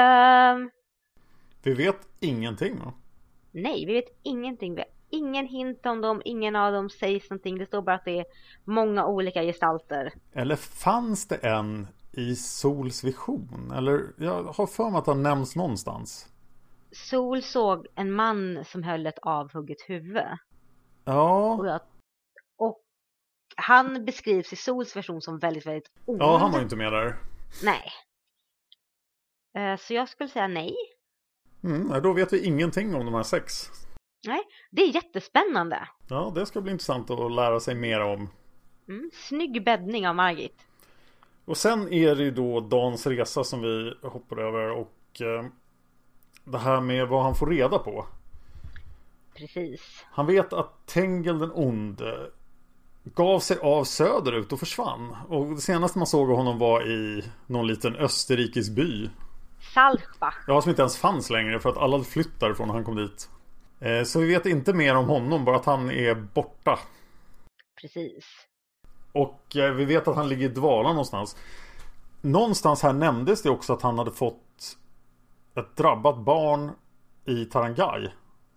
Vi vet ingenting då. Nej, vi vet ingenting. Vi har ingen hint om dem. Ingen av dem sägs någonting. Det står bara att det är många olika gestalter. Eller fanns det en i Sols vision? Eller jag har för mig att han nämns någonstans. Sol såg en man som höll ett avhugget huvud. Ja. Och han beskrivs i Sols version som väldigt, väldigt ond. Ja, han var ju inte med där. Nej. Så jag skulle säga nej. Då vet vi ingenting om de här 6. Nej, det är jättespännande. Ja, det ska bli intressant att lära sig mer om. Snygg bäddning av Margit. Och sen är det ju då Dans resa som vi hoppar över. Och det här med vad han får reda på. Precis. Han vet att Tengel den onde gav sig av söderut och försvann. Och det senaste man såg av honom var i någon liten österrikisk by. Salzbach. Ja, som inte ens fanns längre för att alla flyttade därifrån när han kom dit. Så vi vet inte mer om honom, bara att han är borta. Precis. Och vi vet att han ligger i dvala någonstans. Någonstans här nämndes det också att han hade fått ett drabbat barn i Tarangay.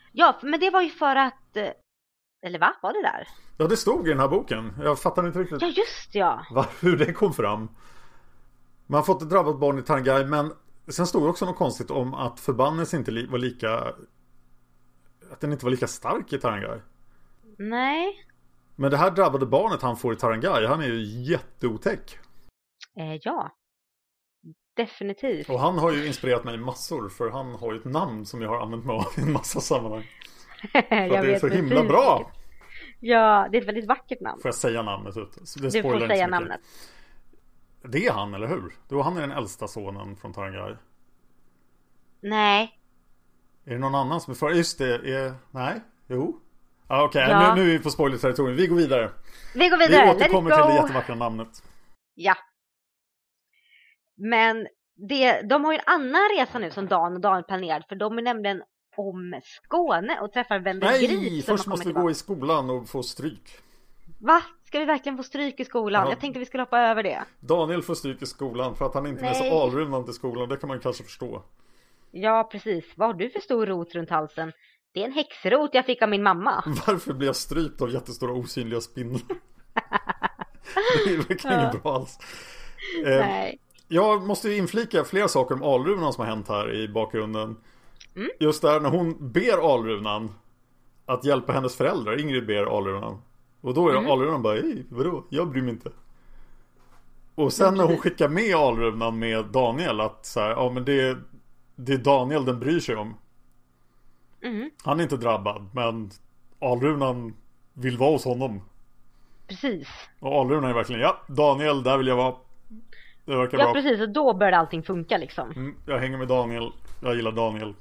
Ja, men det var ju för att... Eller va? Var det där? Ja, det stod i den här boken. Jag fattar inte riktigt. Ja, just ja. Hur det kom fram. Man har fått ett drabbat barn i Tarangai, men sen stod det också något konstigt om att förbannelsen inte var lika... Att den inte var lika stark i Tarangai. Nej. Men det här drabbade barnet han får i Tarangai, han är ju jätteotäck. Ja. Definitivt. Och han har ju inspirerat mig massor, för han har ju ett namn som jag har använt mig av i en massa sammanhang. Jag det är så himla bra. Ja, det är ett väldigt vackert namn. Får jag säga namnet ut? Du får säga namnet. Det är han, eller hur? Då han är den äldsta sonen från Tarangai. Nej. Är det någon annan som är för? Just det, nej, jo. Okej. Nu är vi på spoiler-territorium. Vi går vidare. Vi återkommer till det jättevackra namnet. Ja. Men de har ju en annan resa nu som Dan och Dan planerat. För de är nämligen om Skåne och träffar Wendel Grip. Nej, först måste vi gå i skolan och få stryk. Va? Ska vi verkligen få stryk i skolan? Jag tänkte vi skulle hoppa över det. Daniel får stryk i skolan för att han inte är så alrundan till skolan. Det kan man kanske förstå. Ja, precis. Vad har du för stor rot runt halsen? Det är en häxrot jag fick av min mamma. Varför blir jag strypt av jättestora osynliga spindlar? Det är verkligen inte bra alls. Nej. Jag måste ju inflika flera saker om alrunan som har hänt här i bakgrunden. Just där när hon ber alrunan att hjälpa hennes föräldrar. Ingrid ber alrunan. Och då är alrunan bara, vadå? Jag bryr mig inte. Och sen när hon skickar med alrunan med Daniel att så här, ja men det är Daniel den bryr sig om. Han är inte drabbad, men alrunan vill vara hos honom. Precis. Och alrunan är verkligen, Daniel, där vill jag vara. Det verkar bra. Ja, precis, och då börjar allting funka liksom. Jag hänger med Daniel, jag gillar Daniel.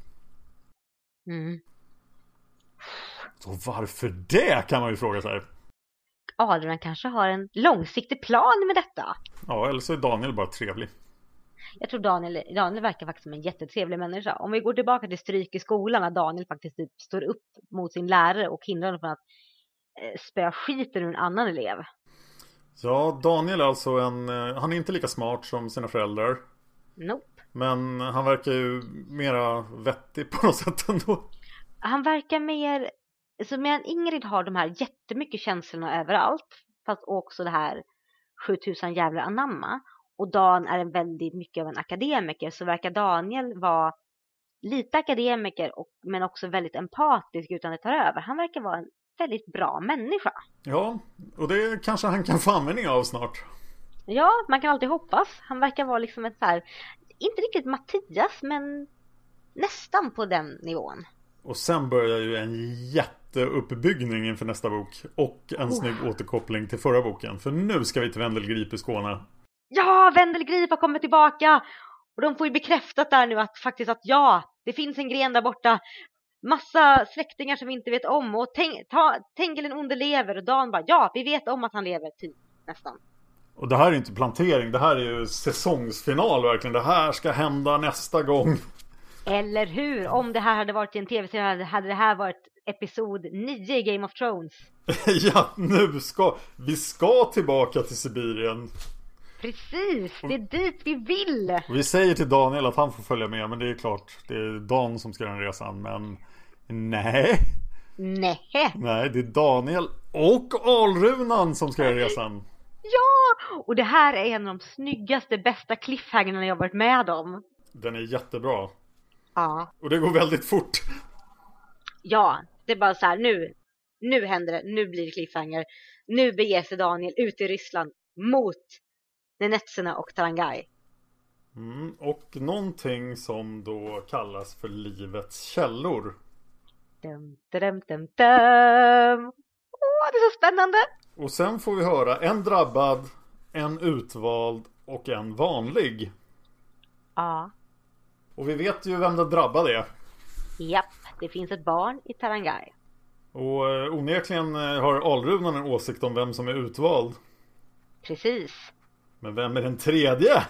Så varför det, kan man ju fråga sig. Alrunan kanske har en långsiktig plan med detta. Ja, eller så är Daniel bara trevlig. Jag tror Daniel verkar faktiskt som en jättetrevlig människa. Om vi går tillbaka till stryk i skolan, när Daniel faktiskt står upp mot sin lärare och hindrar honom från att spöa skiten ur en annan elev. Ja, Daniel är alltså han är inte lika smart som sina föräldrar. Nope. Men han verkar ju mera vettig på något sätt ändå. Han verkar mer... Så medan Ingrid har de här jättemycket känslorna överallt, fast också det här 7000 jävla anamma, och Dan är en väldigt mycket av en akademiker, så verkar Daniel vara lite akademiker men också väldigt empatisk utan det tar över. Han verkar vara en väldigt bra människa. Ja, och det kanske han kan få användning av snart. Ja, man kan alltid hoppas. Han verkar vara liksom ett så här, inte riktigt Mattias, men nästan på den nivån. Och sen börjar ju en jätteuppbyggning inför nästa bok. Och en snygg återkoppling till förra boken. För nu ska vi till Wendel Grip i Skåne. Ja, Wendel Grip har kommit tillbaka. Och de får ju bekräftat där nu att faktiskt att det finns en gren där borta. Massa släktingar som vi inte vet om. Och Tengil onde lever. Och Dan bara, vi vet om att han lever, typ, nästan. Och det här är inte plantering, det här är ju säsongsfinal verkligen. Det här ska hända nästa gång. Eller hur? Om det här hade varit i en tv-serie hade det här varit episod 9 i Game of Thrones. Ja, vi ska tillbaka till Sibirien. Precis, det är dit vi vill. Vi säger till Daniel att han får följa med, men det är klart, det är Dan som ska göra den resan. Men nej, det är Daniel och alrunan som ska göra resan. Ja, och det här är en av de snyggaste, bästa cliffhangerna jag varit med om. Den är jättebra. Ja. Och det går väldigt fort. Ja, det är bara så här, nu händer det, nu blir det cliffhanger. Nu beger sig Daniel ut i Ryssland mot Nenetserna och Tarangai. Och någonting som då kallas för livets källor. Det är så spännande. Och sen får vi höra en drabbad, en utvald och en vanlig. Ja. Och vi vet ju vem den drabbade är. Japp, det finns ett barn i Tarangai. Och onekligen har alrunan en åsikt om vem som är utvald. Precis. Men vem är den tredje?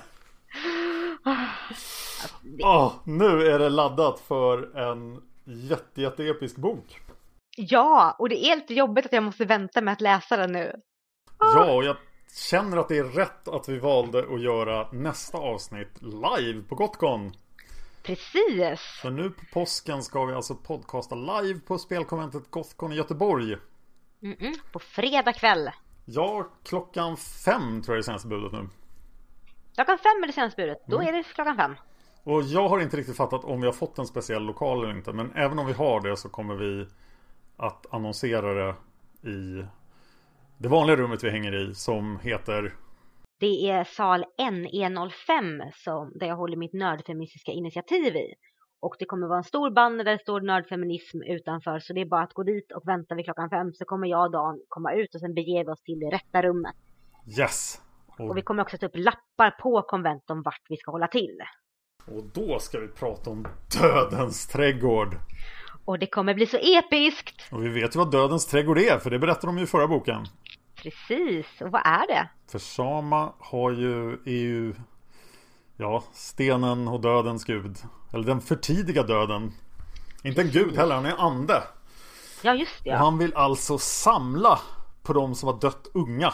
Nu är det laddat för en jätteepisk bok. Ja, och det är lite jobbigt att jag måste vänta med att läsa den nu. Ja, och jag känner att det är rätt att vi valde att göra nästa avsnitt live på Gotcon. Precis. Så nu på påsken ska vi alltså podcasta live på spelkonventet Gothcon i Göteborg. På fredag kväll. Ja, 5:00 tror jag är det senaste budet nu. 5:00 är det senaste budet. Då är det 5:00. Och jag har inte riktigt fattat om vi har fått en speciell lokal eller inte. Men även om vi har det så kommer vi att annonsera det i det vanliga rummet vi hänger i, som heter... Det är sal NE05 där jag håller mitt nördfeministiska initiativ i. Och det kommer vara en stor banner där det står nördfeminism utanför. Så det är bara att gå dit och vänta vid 5:00. Så kommer jag och Dan komma ut och sen bege vi oss till det rätta rummet. Yes! Och vi kommer också ta upp lappar på konvent om vart vi ska hålla till. Och då ska vi prata om Dödens trädgård. Och det kommer bli så episkt. Och vi vet ju vad Dödens trädgård är, för det berättade de ju i förra boken. Precis, och vad är det? För Shama är ju stenen och dödens gud. Eller den förtidiga döden. Inte en gud heller, han är en ande. Ja, just det. Och han vill alltså samla på de som har dött unga.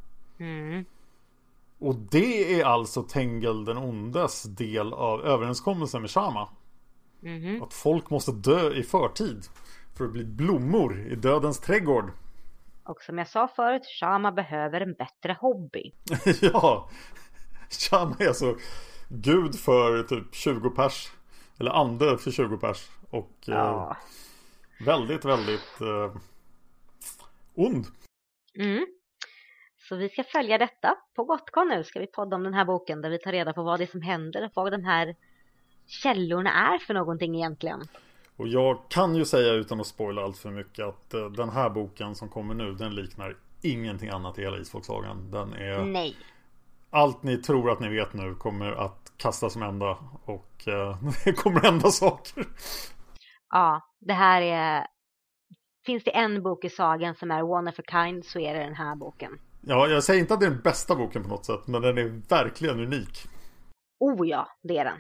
Och det är alltså Tengel den ondes del av överenskommelsen med Shama. Att folk måste dö i förtid för att bli blommor i dödens trädgård. Och som jag sa förut, Shama behöver en bättre hobby. Ja, Shama är alltså gud för typ 20 pers. Eller ande för 20 pers. Och väldigt, väldigt ond. Så vi ska följa detta på Gothcon nu. Ska vi podda om den här boken där vi tar reda på vad det är som händer och vad de här källorna är för någonting egentligen. Och jag kan ju säga utan att spoila allt för mycket att den här boken som kommer nu, den liknar ingenting annat i hela Isfolksagan. Den är... Nej. Allt ni tror att ni vet nu kommer att kastas som ända. Och det kommer hända saker. Ja, det här är... Finns det en bok i sagan som är one of a kind, så är det den här boken. Ja, jag säger inte att det är den bästa boken på något sätt, men den är verkligen unik. Oh ja, det är den.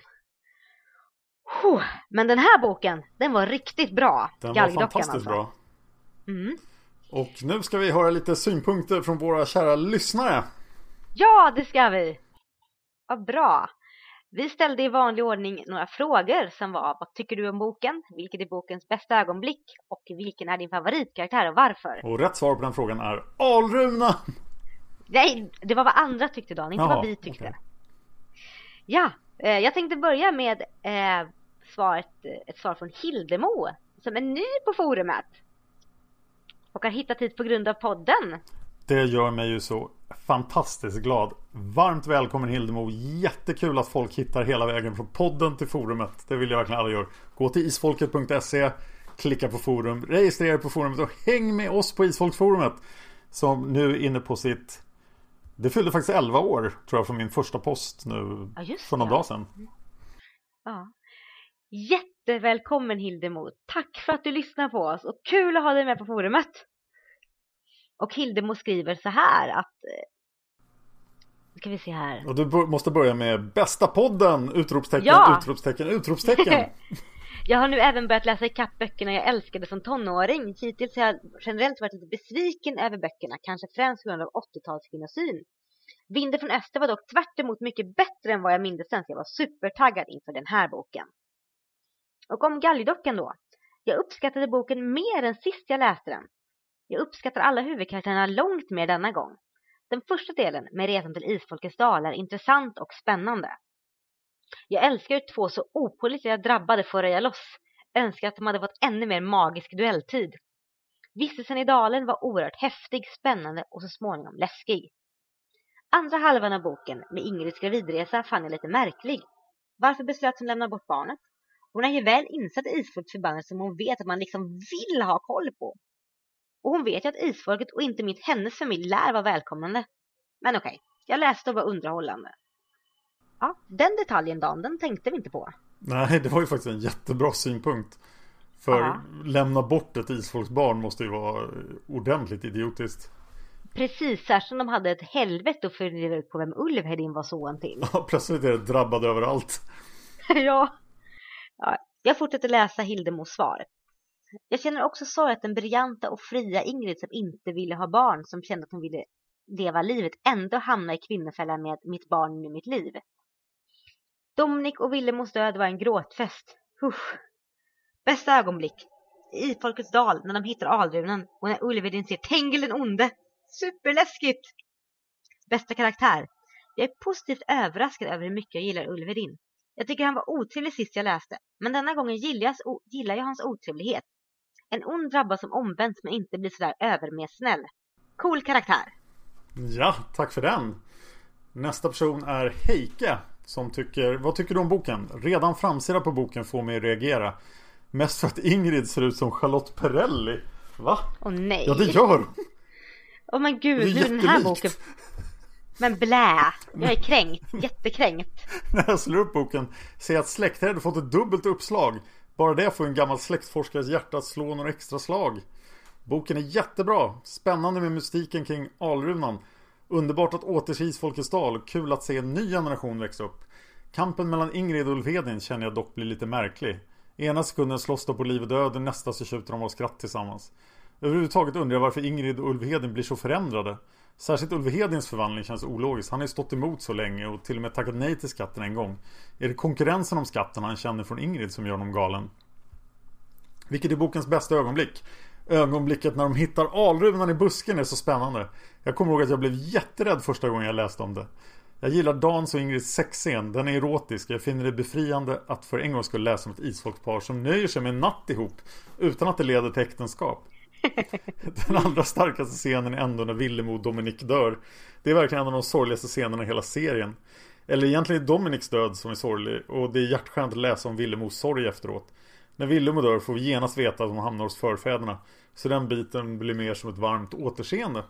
Men den här boken, den var riktigt bra. Den var fantastiskt bra. Och nu ska vi höra lite synpunkter från våra kära lyssnare. Ja, det ska vi. Vad bra. Vi ställde i vanlig ordning några frågor som var: vad tycker du om boken? Vilket är bokens bästa ögonblick? Och vilken är din favoritkaraktär och varför? Och rätt svar på den frågan är Alruna. Nej, det var vad andra tyckte, Dan, inte vad vi tyckte. Okay. Ja, jag tänkte börja med ett svar från Hildemo, som är ny på forumet och har hittat hit på grund av podden. Det gör mig ju så fantastiskt glad. Varmt välkommen Hildemo. Jättekul att folk hittar hela vägen från podden till forumet. Det vill jag verkligen alla göra. Gå till isfolket.se, klicka på forum, registrera på forumet och häng med oss på Isfolksforumet, som nu är inne på sitt... Det fyllde faktiskt 11 år, tror jag, från min första post nu för någon dag sedan. Ja. Jättevälkommen Hildemo. Tack för att du lyssnar på oss och kul att ha dig med på forumet. Och Hildemo skriver så här att... Ska vi se här. Och du måste börja med bästa podden! Utropstecken, ja! Utropstecken, utropstecken! Jag har nu även börjat läsa ikapp böckerna jag älskade som tonåring. Hittills har jag generellt varit lite besviken över böckerna. Kanske främst på grund av 80-talskvinnosyn. Vinden från öster var dock tvärt emot mycket bättre än vad jag minns sen. Jag var supertaggad inför den här boken. Och om Galjdockan då. Jag uppskattade boken mer än sist jag läste den. Jag uppskattar alla huvudkaraktärerna långt mer denna gång. Den första delen med resan till Isfolkets dal är intressant och spännande. Jag älskar hur två så opålitliga drabbade får röja loss. Önskar att de hade fått ännu mer magisk duelltid. Vistelsen i dalen var oerhört häftig, spännande och så småningom läskig. Andra halvan av boken med Ingrids gravidresa fann jag lite märklig. Varför beslöt hon lämna bort barnet? Hon har ju väl insatt Isfolkets förbannelse som hon vet att man liksom vill ha koll på. Och hon vet ju att Isfolket och inte minst hennes familj lär vara välkomnande. Men okej, jag läste och var underhållande. Ja, den detaljen, Dan, den tänkte vi inte på. Nej, det var ju faktiskt en jättebra synpunkt. För lämna bort ett isfolksbarn måste ju vara ordentligt idiotiskt. Precis, särskilt som de hade ett helvete att fundera ut på vem Ulvhedin var son till. Ja, plötsligt är det drabbad överallt. Ja, jag fortsätter läsa Hildemos svar. Jag känner också sorg att den briljanta och fria Ingrid som inte ville ha barn, som kände att hon ville leva livet, ändå hamna i kvinnofällan med mitt barn i mitt liv. Dominic och Villemos död var en gråtfest. Bästa ögonblick. I Folkets dal när de hittar Alrunan och när Ulvedin ser Tengil den onde. Superläskigt. Bästa karaktär. Jag är positivt överraskad över hur mycket jag gillar Ulvedin. Jag tycker han var otrevlig sist jag läste. Men denna gången gillar jag hans otrevlighet. En ond drabbas som omvänds men inte blir sådär övermed snäll. Cool karaktär. Ja, tack för den. Nästa person är Heike som tycker, vad tycker du om boken? Redan framsida på boken får mig att reagera. Mest för att Ingrid ser ut som Charlotte Perrelli. Va? Åh nej. Ja, det gör. Åh men gud, nu den här boken. Men blä, jag är kränkt, jättekränkt. När jag slår upp boken ser jag att släktträdet har fått ett dubbelt uppslag. Bara det får en gammal släktforskares hjärta att slå några extra slag. Boken är jättebra, spännande med mystiken kring Alrunan. Underbart att återse Isfolkets dal, kul att se en ny generation växa upp. Kampen mellan Ingrid och Ulvedin känner jag dock blir lite märklig. Ena sekunden slåss de på liv och död, nästa så skjuter de av skratt tillsammans. Överhuvudtaget undrar jag varför Ingrid och Ulvedin blir så förändrade. Särskilt Ulvedins förvandling känns ologisk. Han har ju stått emot så länge och till och med tackat nej till skatten en gång. Är det konkurrensen om skatten han känner från Ingrid som gör honom galen? Vilket är bokens bästa ögonblick? Ögonblicket när de hittar Alrunan i busken är så spännande. Jag kommer ihåg att jag blev jätterädd första gången jag läste om det. Jag gillar Dans och Ingrids sexscen. Den är erotisk. Jag finner det befriande att för en gång skulle läsa om ett isfolkspar som nöjer sig med en natt ihop utan att det leder till äktenskap. Den allra starkaste scenen är ändå när Villemo och Dominic dör. Det är verkligen en av de sorgligaste scenerna i hela serien. Eller egentligen är Dominics död som är sorglig. Och det är hjärtskönt att läsa om Villemos sorg efteråt. När Villemo dör får vi genast veta att hon hamnar hos förfäderna. Så den biten blir mer som ett varmt återseende.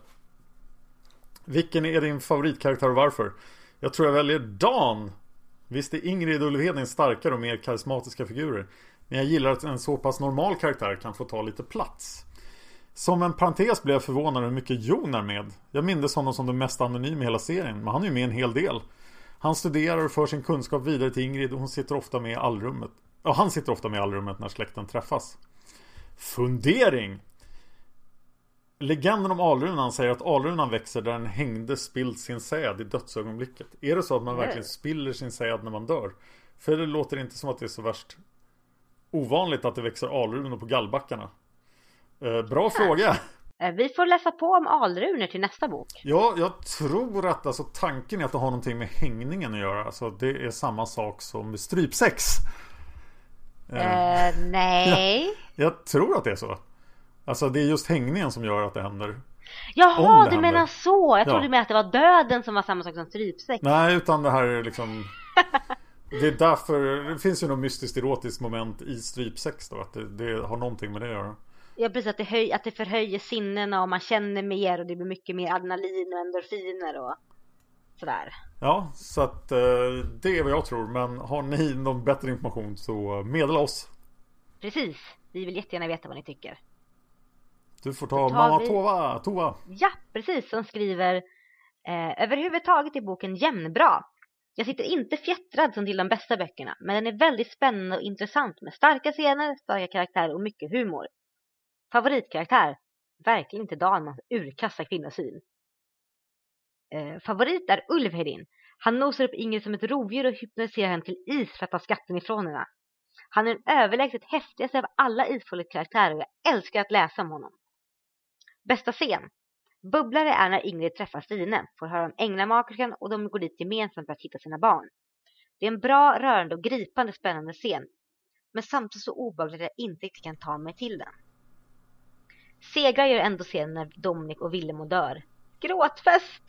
Vilken är din favoritkaraktär och varför? Jag tror jag väljer Dan. Visst är Ingrid och Ulvedin starkare och mer karismatiska figurer. Men jag gillar att en så pass normal karaktär kan få ta lite plats. Som en parentes blev jag förvånad hur mycket Jon är med. Jag minns honom som den mest anonyma i hela serien. Men han är ju med en hel del. Han studerar och för sin kunskap vidare till Ingrid. Och hon sitter ofta med i allrummet. Ja, han sitter ofta med i allrummet när släkten träffas. Fundering. Legenden om Alrunan säger att Alrunan växer där den hängde spilt sin säd i dödsögonblicket. Är det så att man verkligen spiller sin säd när man dör? För det låter inte som att det är så värst ovanligt att det växer alrunor på gallbackarna. Bra fråga. Vi får läsa på om alrunor till nästa bok. Ja, jag tror att alltså, tanken är att det har någonting med hängningen att göra. Alltså, det är samma sak som strypsex. Nej. Jag tror att det är så. Alltså det är just hängningen som gör att det händer. Jaha, du menar så. Jag trodde med att det var döden som var samma sak som strypsex. Nej, utan det här är liksom det är därför det finns ju något mystiskt erotiskt moment i strypsex då, att det har någonting med det att göra. Ja, precis, att det förhöjer sinnena och man känner mer och det blir mycket mer adrenalin och endorfiner och sådär. Ja, så att det är vad jag tror. Men har ni någon bättre information så meddela oss. Precis, vi vill jättegärna veta vad ni tycker. Du får ta mamma Tova. Ja, precis, som skriver överhuvudtaget är boken jämnbra. Jag sitter inte fjättrad som till de bästa böckerna, men den är väldigt spännande och intressant med starka scener, starka karaktärer och mycket humor. Favoritkaraktär? Verkligen inte Dalmans urkassa kvinnosyn. Favorit är Ulvedin. Han nosar upp Ingrid som ett rovdjur och hypnotiserar henne till is för att ta skatten ifrån henne. Han är den överlägset häftigaste av alla isfolket-karaktärer och jag älskar att läsa om honom. Bästa scen? Bubblare är när Ingrid träffar Stine, får höra om änglamakerskan och de går dit gemensamt för att hitta sina barn. Det är en bra, rörande och gripande spännande scen, men samtidigt så obehagligt att jag inte kan ta mig till den. Segrar gör ändå scenen när Dominic och Villemo dör. Gråtfest!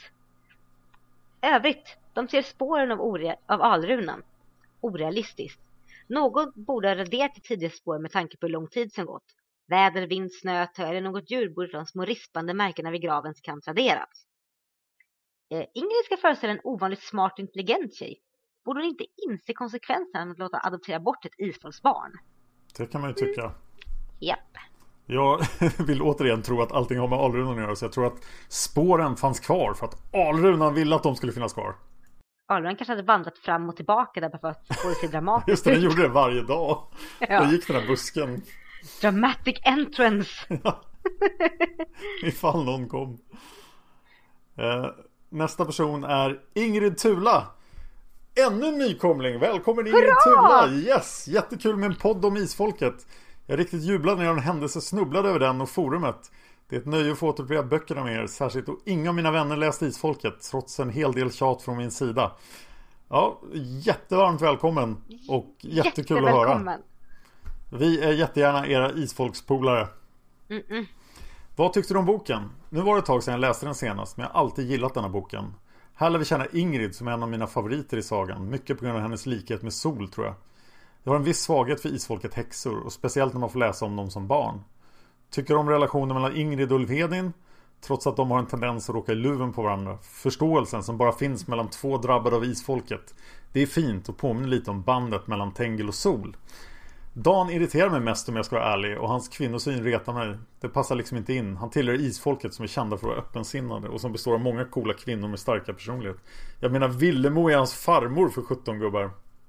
Övrigt, de ser spåren av alrunan. Orealistiskt. Något borde ha raderat till tidigare spår med tanke på hur lång tid som gått. Väder, vind, snö, tö eller något djur borde de små rispande märkena vid gravens kant raderats. Ingrid ska föreställa en ovanligt smart och intelligent tjej. Borde hon inte inse konsekvenserna av att låta adoptera bort ett isfolksbarn? Det kan man ju tycka. Japp. Jag vill återigen tro att allting har med alrunan att göra. Så jag tror att spåren fanns kvar för att alrunan ville att de skulle finnas kvar. Alrunan kanske hade vandrat fram och tillbaka där för att få det sig dramatiskt. Just det, den gjorde det varje dag. Ja. Då gick den här busken. Dramatic entrance. Ja. Ifall någon kom. Nästa person är Ingrid Tula. Ännu en nykomling, välkommen in i Hurra! Tula. Yes, jättekul med en podd om isfolket. Jag riktigt jublade när jag en händelse snubblade över den och forumet. Det är ett nöje att få återuppleva böckerna med er, särskilt och inga av mina vänner läste isfolket, trots en hel del tjat från min sida. Ja, jättevarmt välkommen och jättekul att höra. Vi är jättegärna era isfolkspolare. Vad tyckte du om boken? Nu var det ett tag sedan jag läste den senast, men jag har alltid gillat denna boken. Här lär vi känna Ingrid som är en av mina favoriter i sagan, mycket på grund av hennes likhet med Sol, tror jag. Jag har en viss svaghet för isfolket häxor, och speciellt när man får läsa om dem som barn. Tycker om relationen mellan Ingrid och Ulfhedin, trots att de har en tendens att råka i luven på varandra. Förståelsen som bara finns mellan två drabbade av isfolket. Det är fint och påminner lite om bandet mellan Tengil och Sol. Dan irriterar mig mest om jag ska vara ärlig, och hans kvinnosyn retar mig. Det passar liksom inte in. Han tillhör isfolket som är kända för att vara öppensinnade och som består av många coola kvinnor med starka personlighet. Jag menar, Villemo är hans farmor för 17 gubbar.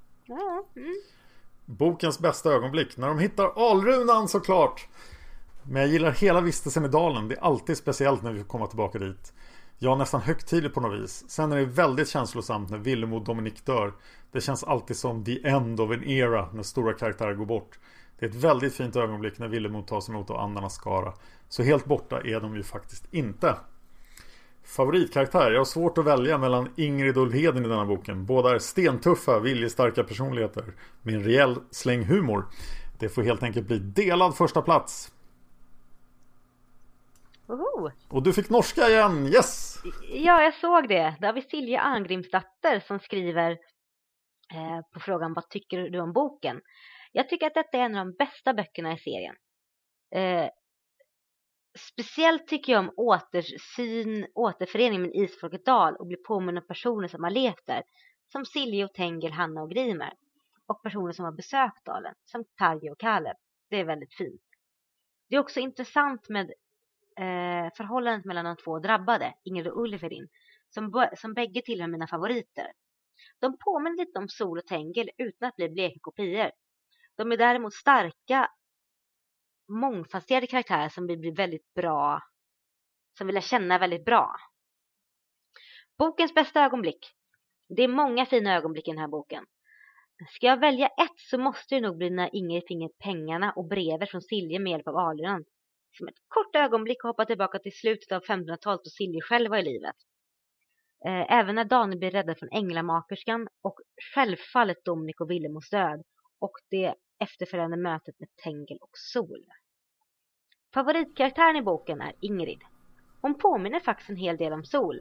Bokens bästa ögonblick, när de hittar Alrunan såklart. Men jag gillar hela vistelsen i dalen. Det är alltid speciellt när vi får komma tillbaka dit. Jag är nästan högtidlig på något vis. Sen är det väldigt känslosamt när Villemo och Dominic dör. Det känns alltid som the end of an era när stora karaktärer går bort. Det är ett väldigt fint ögonblick när Villemo tas emot av andarnas skara. Så helt borta är de ju faktiskt inte. Favoritkaraktär. Jag har svårt att välja mellan Ingrid och Ulfhedin i denna boken. Båda är stentuffa, viljestarka personligheter med en rejäl släng humor. Det får helt enkelt bli delad första plats. Och du fick norska igen, yes! Ja, jag såg det. Där har vi Silja Arngrimsdatter som skriver på frågan: vad tycker du om boken? Jag tycker att detta är en av de bästa böckerna i serien. Speciellt tycker jag om återförening med isfolket Dal och bli påminna personer som har levt där, som Silje och Tengil, Hanna och Grimer, och personer som har besökt dalen, som Tarje och Kaleb. Det är väldigt fint. Det är också intressant med förhållandet mellan de två drabbade, Ingrid och Ulfhedin, som bägge tillhör mina favoriter. De påminner lite om Sol och Tengil utan att bli bleka kopior. De är däremot starka, mångfacetterade karaktärer som vi blir väldigt bra, som vi lär känna väldigt bra. Bokens bästa ögonblick. Det är många fina ögonblick i den här boken. Ska jag välja ett så måste det nog bli när Ingrid fick pengarna och brevet från Silje med hjälp av Alrunan. Som ett kort ögonblick och hoppa tillbaka till slutet av 1500-talet och Silje själv var i livet. Även när Daniel blir räddad från änglamakerskan och självfallet Dominic och Villemos död och det efterföljande mötet med Tengil och Sol. Favoritkaraktären i boken är Ingrid. Hon påminner faktiskt en hel del om Sol.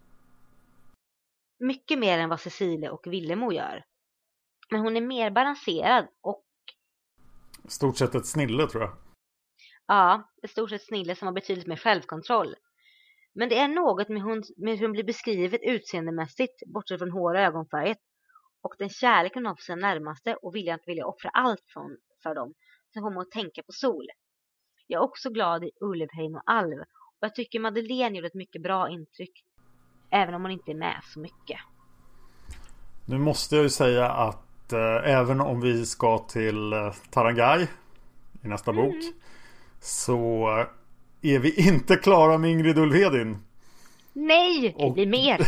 Mycket mer än vad Cecilia och Villemo gör. Men hon är mer balanserad och stort sett ett snille, tror jag. Ja, ett stort sett snille som har betydligt mer självkontroll. Men det är något med hur hon blir beskrivet utseendemässigt, bortsett från hår och ögonfärget, och den kärleken av sina närmaste och viljan att vilja offra allt för dem, som får mig att tänka på Sol. Jag är också glad i Ulfheim och Alv, och jag tycker Madeleine gjorde ett mycket bra intryck, även om hon inte är med så mycket. Nu måste jag ju säga att även om vi ska till Tarangaj i nästa bok, så är vi inte klara med Ingrid och Ulfhedin. Nej, det blir mer.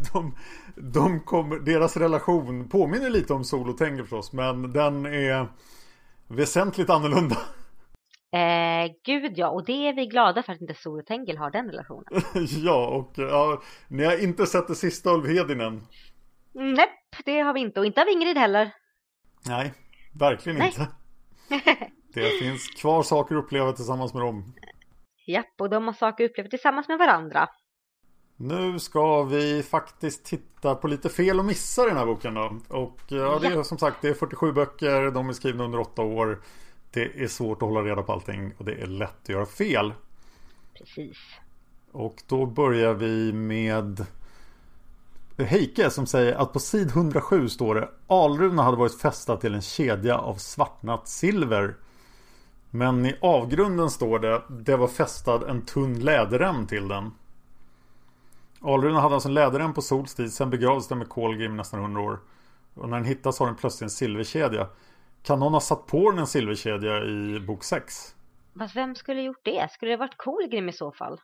Deras relation påminner lite om Sol och Tengil förstås, men den är väsentligt annorlunda. Gud ja, och det är vi glada för att inte Sol och Tengil har den relationen. Ja, och ni har inte sett det sista Ulfhedin än. Nej, det har vi inte, och inte av Ingrid heller. Nej, verkligen inte. Det finns kvar saker att uppleva tillsammans med dem. Japp, och de har saker att uppleva tillsammans med varandra. Nu ska vi faktiskt titta på lite fel och missar i den här boken då. Och det är som sagt, det är 47 böcker, de är skrivna under 8 år. Det är svårt att hålla reda på allting och det är lätt att göra fel. Precis. Och då börjar vi med Heike som säger att på sid 107 står det: Alruna hade varit fästad till en kedja av svartnat silver. Men i avgrunden står det var fästad en tunn läderrem till den. Alruna hade alltså en läderrem på Solstid, sen begravdes den med Kolgrim nästan 100 år. Och när den hittas har den plötsligt en silverkedja. Kan någon ha satt på den en silverkedja i bok 6? Fast vem skulle gjort det? Skulle det varit Kolgrim i så fall?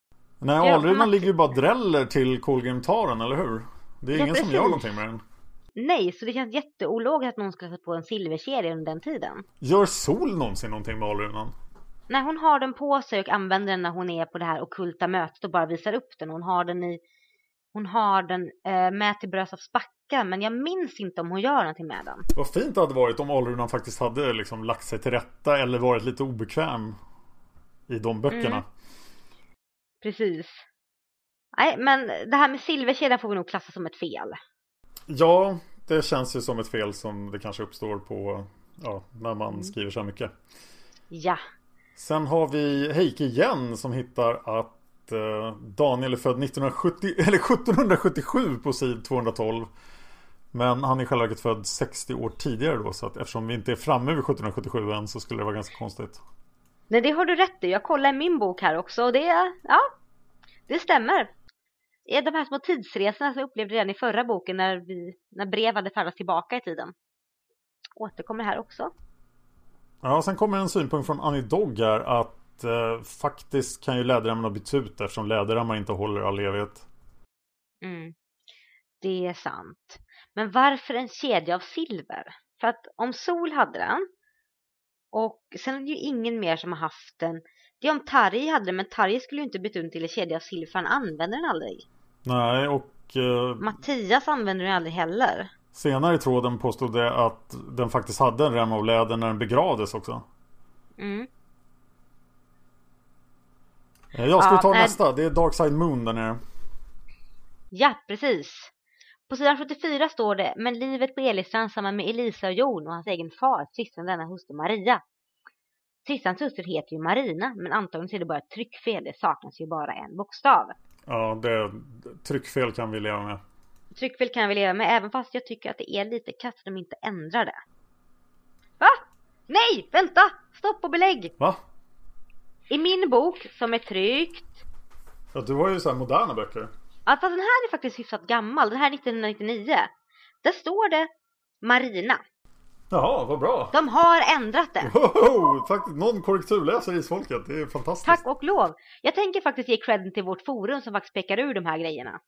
Nej, Alrunan ligger ju bara dräller till Kolgrim tar den, eller hur? Det är ingen som gör någonting med den. nej, så det känns jätteologiskt att någon ska sätta på en silverkedja under den tiden. Gör Sol någonsin någonting med alrunan? Nej, hon har den på sig och använder den när hon är på det här ockulta mötet och bara visar upp den. Hon har den med till Brösarps backa, men jag minns inte om hon gör någonting med den. Vad fint det hade varit om alrunan faktiskt hade liksom lagt sig till rätta eller varit lite obekväm i de böckerna. Precis. Nej, men det här med silverkedjan får vi nog klassa som ett fel. Ja, det känns ju som ett fel som det kanske uppstår på när man skriver så mycket. Ja. Sen har vi Heike igen som hittar att Daniel är född 1777 på sid 212. Men han är i själva verket född 60 år tidigare då. Så att eftersom vi inte är framme vid 1777 än så skulle det vara ganska konstigt. Nej, det har du rätt i. Jag kollar i min bok här också. Och det stämmer. De här små tidsresorna som jag upplevde redan i förra boken när brev hade färdats tillbaka i tiden. Återkommer här också. Ja, sen kommer en synpunkt från Annie Dogg här att faktiskt kan ju läderremmarna byts ut eftersom läderremmar inte håller all evighet. Det är sant. Men varför en kedja av silver? För att om Sol hade den och sen är det ju ingen mer som har haft den. Det är om Tarji hade den, men Tarji skulle ju inte byta ut till en kedja av silver för han använder den aldrig. Nej, och Mattias använder den aldrig heller. Senare i tråden påstod det att den faktiskt hade en rem av läder när den begravdes också. Jag ska ta nästa. Det är Dark Side Moon där nere. Ja, precis. På sidan 74 står det: men livet på Elistrand samman med Elisa och Jon och hans egen far, Tristan denna hustru Maria. Tristans hustru heter ju Marina, men antagligen är det bara ett tryckfel. Det saknas ju bara en bokstav. Ja, tryckfel kan vi leva med. Tryckfel kan vi leva med, även fast jag tycker att det är lite katt att de inte ändrar det. Va? Nej, vänta! Stopp och belägg! Va? I min bok, som är tryckt... Ja, du har ju så här moderna böcker. Ja, fast den här är faktiskt hyfsat gammal. Den här är 1999. Där står det Marina. Jaha, vad bra. De har ändrat det. Wow, faktiskt någon korrekturläser i Isfolket. Det är fantastiskt. Tack och lov. Jag tänker faktiskt ge credden till vårt forum som faktiskt pekar ur de här grejerna.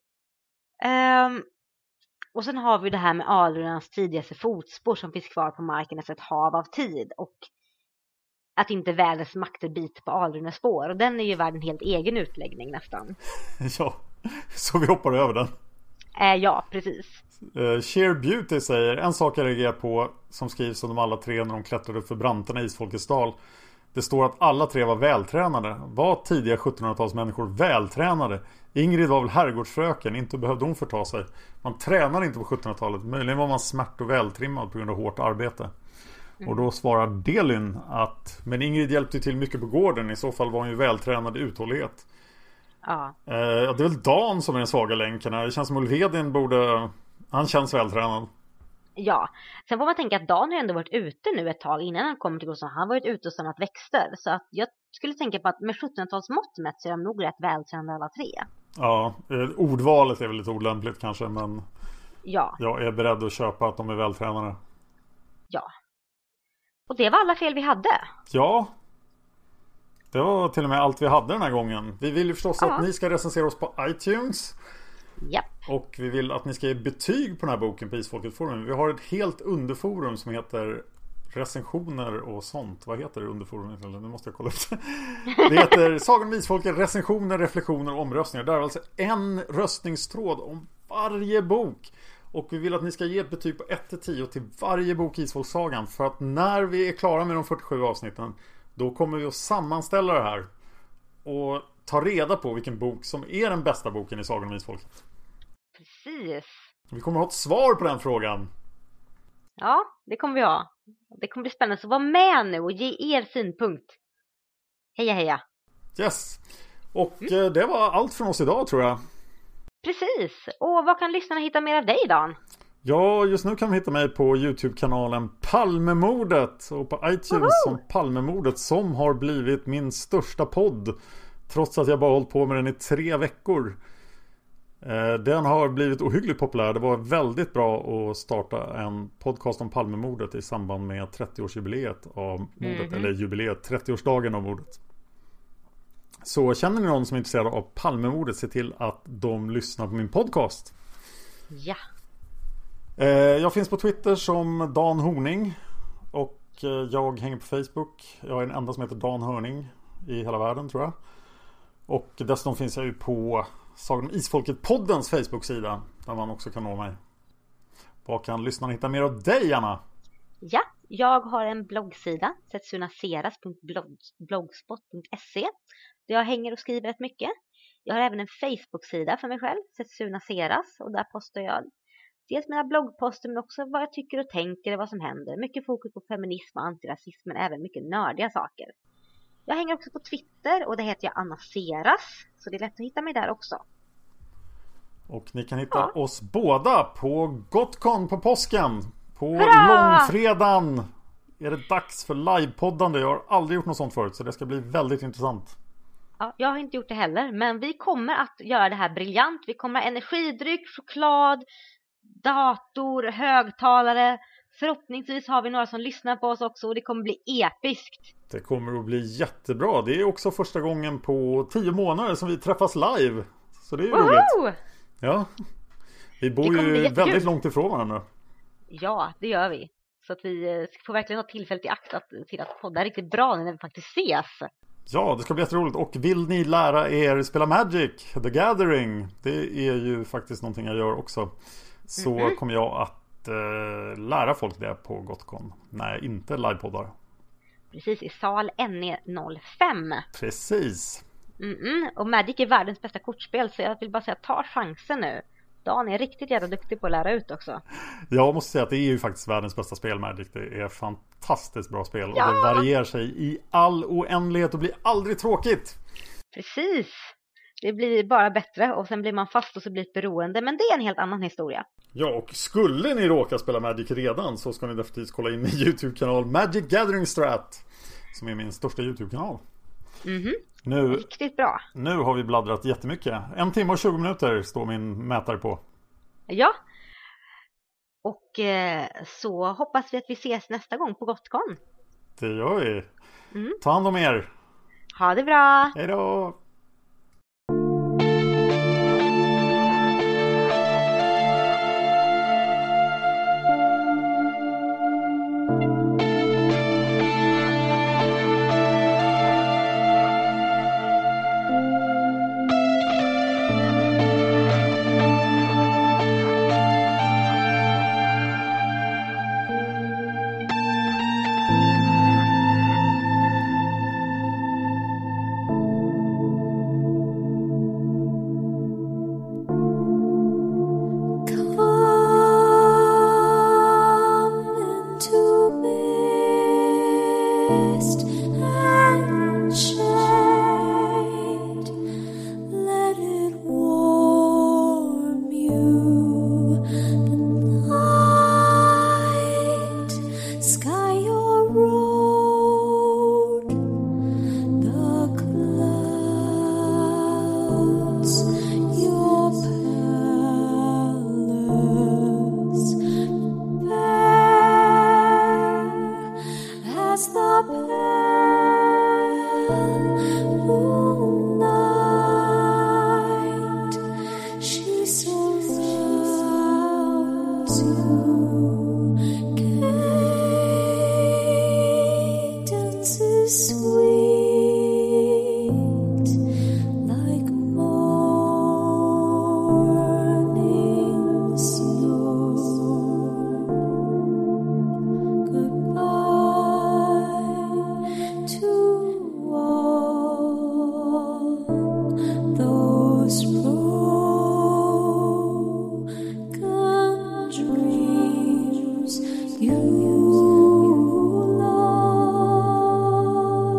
Och sen har vi det här med alrunans tidigaste fotspår som finns kvar på marken efter ett hav av tid. Och att inte vädrets makter biter på alrunans spår. Och den är ju värd en helt egen utläggning nästan. Ja, så vi hoppar över den. Ja, precis. Sheer Beauty säger: en sak jag reagerar på som skrivs om de alla tre när de klättrade upp för branterna i Isfolkets dal. Det står att alla tre var vältränade. Var tidiga 1700-talsmänniskor vältränade? Ingrid var väl herrgårdsfröken, inte behövde hon förta sig. Man tränade inte på 1700-talet. Möjligen var man smärt och vältrimmad på grund av hårt arbete. Och då svarar Delyn att men Ingrid hjälpte till mycket på gården. I så fall var hon ju vältränad i uthållighet. Ja. Det är väl Dan som är den svaga länken här. Det känns som Ulvedin han känns vältränad. Ja, sen får man tänka att Dan har ändå varit ute nu ett tag innan han kommer till Gåsson. Han har varit ute och samlat växter. Så att jag skulle tänka på att med 1700-talsmått mätt så är de nog rätt vältränade alla tre. Ja, ordvalet är väl lite olämpligt kanske, men ja. Jag är beredd att köpa att de är vältränade. Ja. Och det var alla fel vi hade. Ja. Det var till och med allt vi hade den här gången. Vi vill ju förstås att ni ska recensera oss på iTunes. Japp. Och vi vill att ni ska ge betyg på den här boken på Isfolket Forum. Vi har ett helt underforum som heter recensioner och sånt. Vad heter det underforumet? Nu måste jag kolla upp det. Det heter Sagan om Isfolket, recensioner, reflektioner och omröstningar. Där är alltså en röstningstråd om varje bok. Och vi vill att ni ska ge ett betyg på 1-10 till varje bok i Isfolkssagan. För att när vi är klara med de 47 avsnitten, då kommer vi att sammanställa det här och ta reda på vilken bok som är den bästa boken i Sagan om Isfolket. Precis. Vi kommer att ha ett svar på den frågan. Ja, det kommer vi ha. Det kommer bli spännande, så var med nu och ge er synpunkt. Heja, heja. Yes. Och det var allt från oss idag, tror jag. Precis. Och vad kan lyssnarna hitta mer av dig, Dan? Ja, just nu kan man hitta mig på YouTube-kanalen Palmemordet och på iTunes som Palmemordet, som har blivit min största podd trots att jag bara hållit på med den i 3 veckor. Den har blivit ohyggligt populär. Det var väldigt bra att starta en podcast om Palmemordet i samband med 30-årsjubileet av mordet, eller jubileet, 30-årsdagen av mordet. Så känner ni någon som är intresserad av Palmemordet, se till att de lyssnar på min podcast. Ja. Jag finns på Twitter som Dan Horning. Och jag hänger på Facebook. Jag är den enda som heter Dan Hörning i hela världen, tror jag. Och dessutom finns jag ju på Sagan om Isfolket-poddens Facebook-sida, där man också kan nå mig. Vad kan lyssnarna hitta mer av dig, Anna? Ja, jag har en bloggsida, setsunaseras.blogspot.se, där jag hänger och skriver rätt mycket. Jag har även en Facebook-sida för mig själv, Setsunaseras, och där postar jag dels mina bloggposter men också vad jag tycker och tänker och vad som händer. Mycket fokus på feminism och antirasism, men även mycket nördiga saker. Jag hänger också på Twitter och det heter jag Anna Seras, så det är lätt att hitta mig där också. Och ni kan hitta oss båda på Gotcon på påsken. På långfredagen är det dags för livepoddande. Jag har aldrig gjort något sånt förut, så det ska bli väldigt intressant. Ja, jag har inte gjort det heller, men vi kommer att göra det här briljant. Vi kommer ha energidryck, choklad, dator, högtalare. Förhoppningsvis har vi några som lyssnar på oss också och det kommer bli episkt. Det kommer att bli jättebra. Det är också första gången på 10 månader som vi träffas live. Så det är roligt. Ja, vi bor ju väldigt långt ifrån varandra. Ja, det gör vi. Så att vi får verkligen ha tillfället i akt till att podda riktigt bra när vi faktiskt ses. Ja, det ska bli jätteroligt. Och vill ni lära er spela Magic, The Gathering, det är ju faktiskt någonting jag gör också. Så kommer jag att lära folk det på Gotcon. Nej, inte livepoddar. Precis, i sal NE05. Precis. Och Magic är världens bästa kortspel, så jag vill bara säga, ta chansen nu. Dan är riktigt jävla duktig på att lära ut också. Jag måste säga att det är ju faktiskt världens bästa spel, Magic. Det är fantastiskt bra spel. Ja! Och det varierar sig i all oändlighet och blir aldrig tråkigt. Precis. Det blir bara bättre och sen blir man fast och så blir det beroende. Men det är en helt annan historia. Ja, och skulle ni råka spela Magic redan så ska ni definitivt kolla in min YouTube-kanal Magic Gathering Strat, som är min största YouTube-kanal. Riktigt bra. Nu har vi bladdrat jättemycket. 1 timme och 20 minuter står min mätare på. Ja. Och så hoppas vi att vi ses nästa gång på Gotcon. Det gör vi. Ta hand om er. Ha det bra. Hej då. You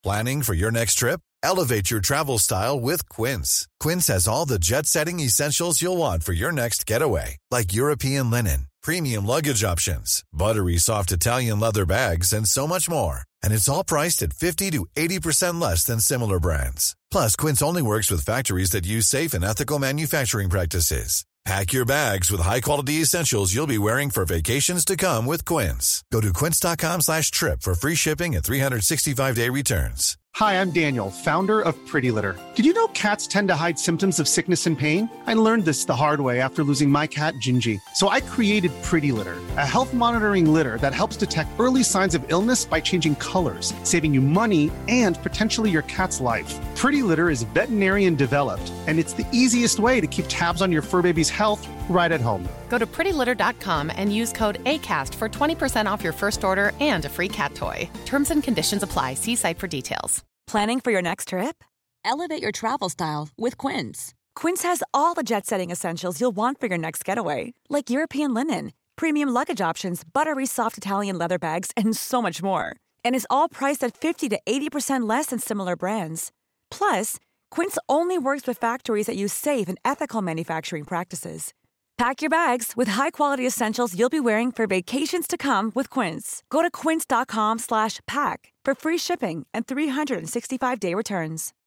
Planning for your next trip? Elevate your travel style with Quince. Quince has all the jet-setting essentials you'll want for your next getaway, like European linen, premium luggage options, buttery soft Italian leather bags, and so much more. And it's all priced at 50 to 80% less than similar brands. Plus, Quince only works with factories that use safe and ethical manufacturing practices. Pack your bags with high-quality essentials you'll be wearing for vacations to come with Quince. Go to quince.com/trip for free shipping and 365-day returns. Hi, I'm Daniel, founder of Pretty Litter. Did you know cats tend to hide symptoms of sickness and pain? I learned this the hard way after losing my cat, Gingy. So I created Pretty Litter, a health monitoring litter that helps detect early signs of illness by changing colors, saving you money and potentially your cat's life. Pretty Litter is veterinarian developed, and it's the easiest way to keep tabs on your fur baby's health right at home. Go to prettylitter.com and use code ACAST for 20% off your first order and a free cat toy. Terms and conditions apply. See site for details. Planning for your next trip? Elevate your travel style with Quince. Quince has all the jet-setting essentials you'll want for your next getaway, like European linen, premium luggage options, buttery soft Italian leather bags, and so much more. And is all priced at 50 to 80% less than similar brands. Plus, Quince only works with factories that use safe and ethical manufacturing practices. Pack your bags with high-quality essentials you'll be wearing for vacations to come with Quince. Go to quince.com/pack for free shipping and 365-day returns.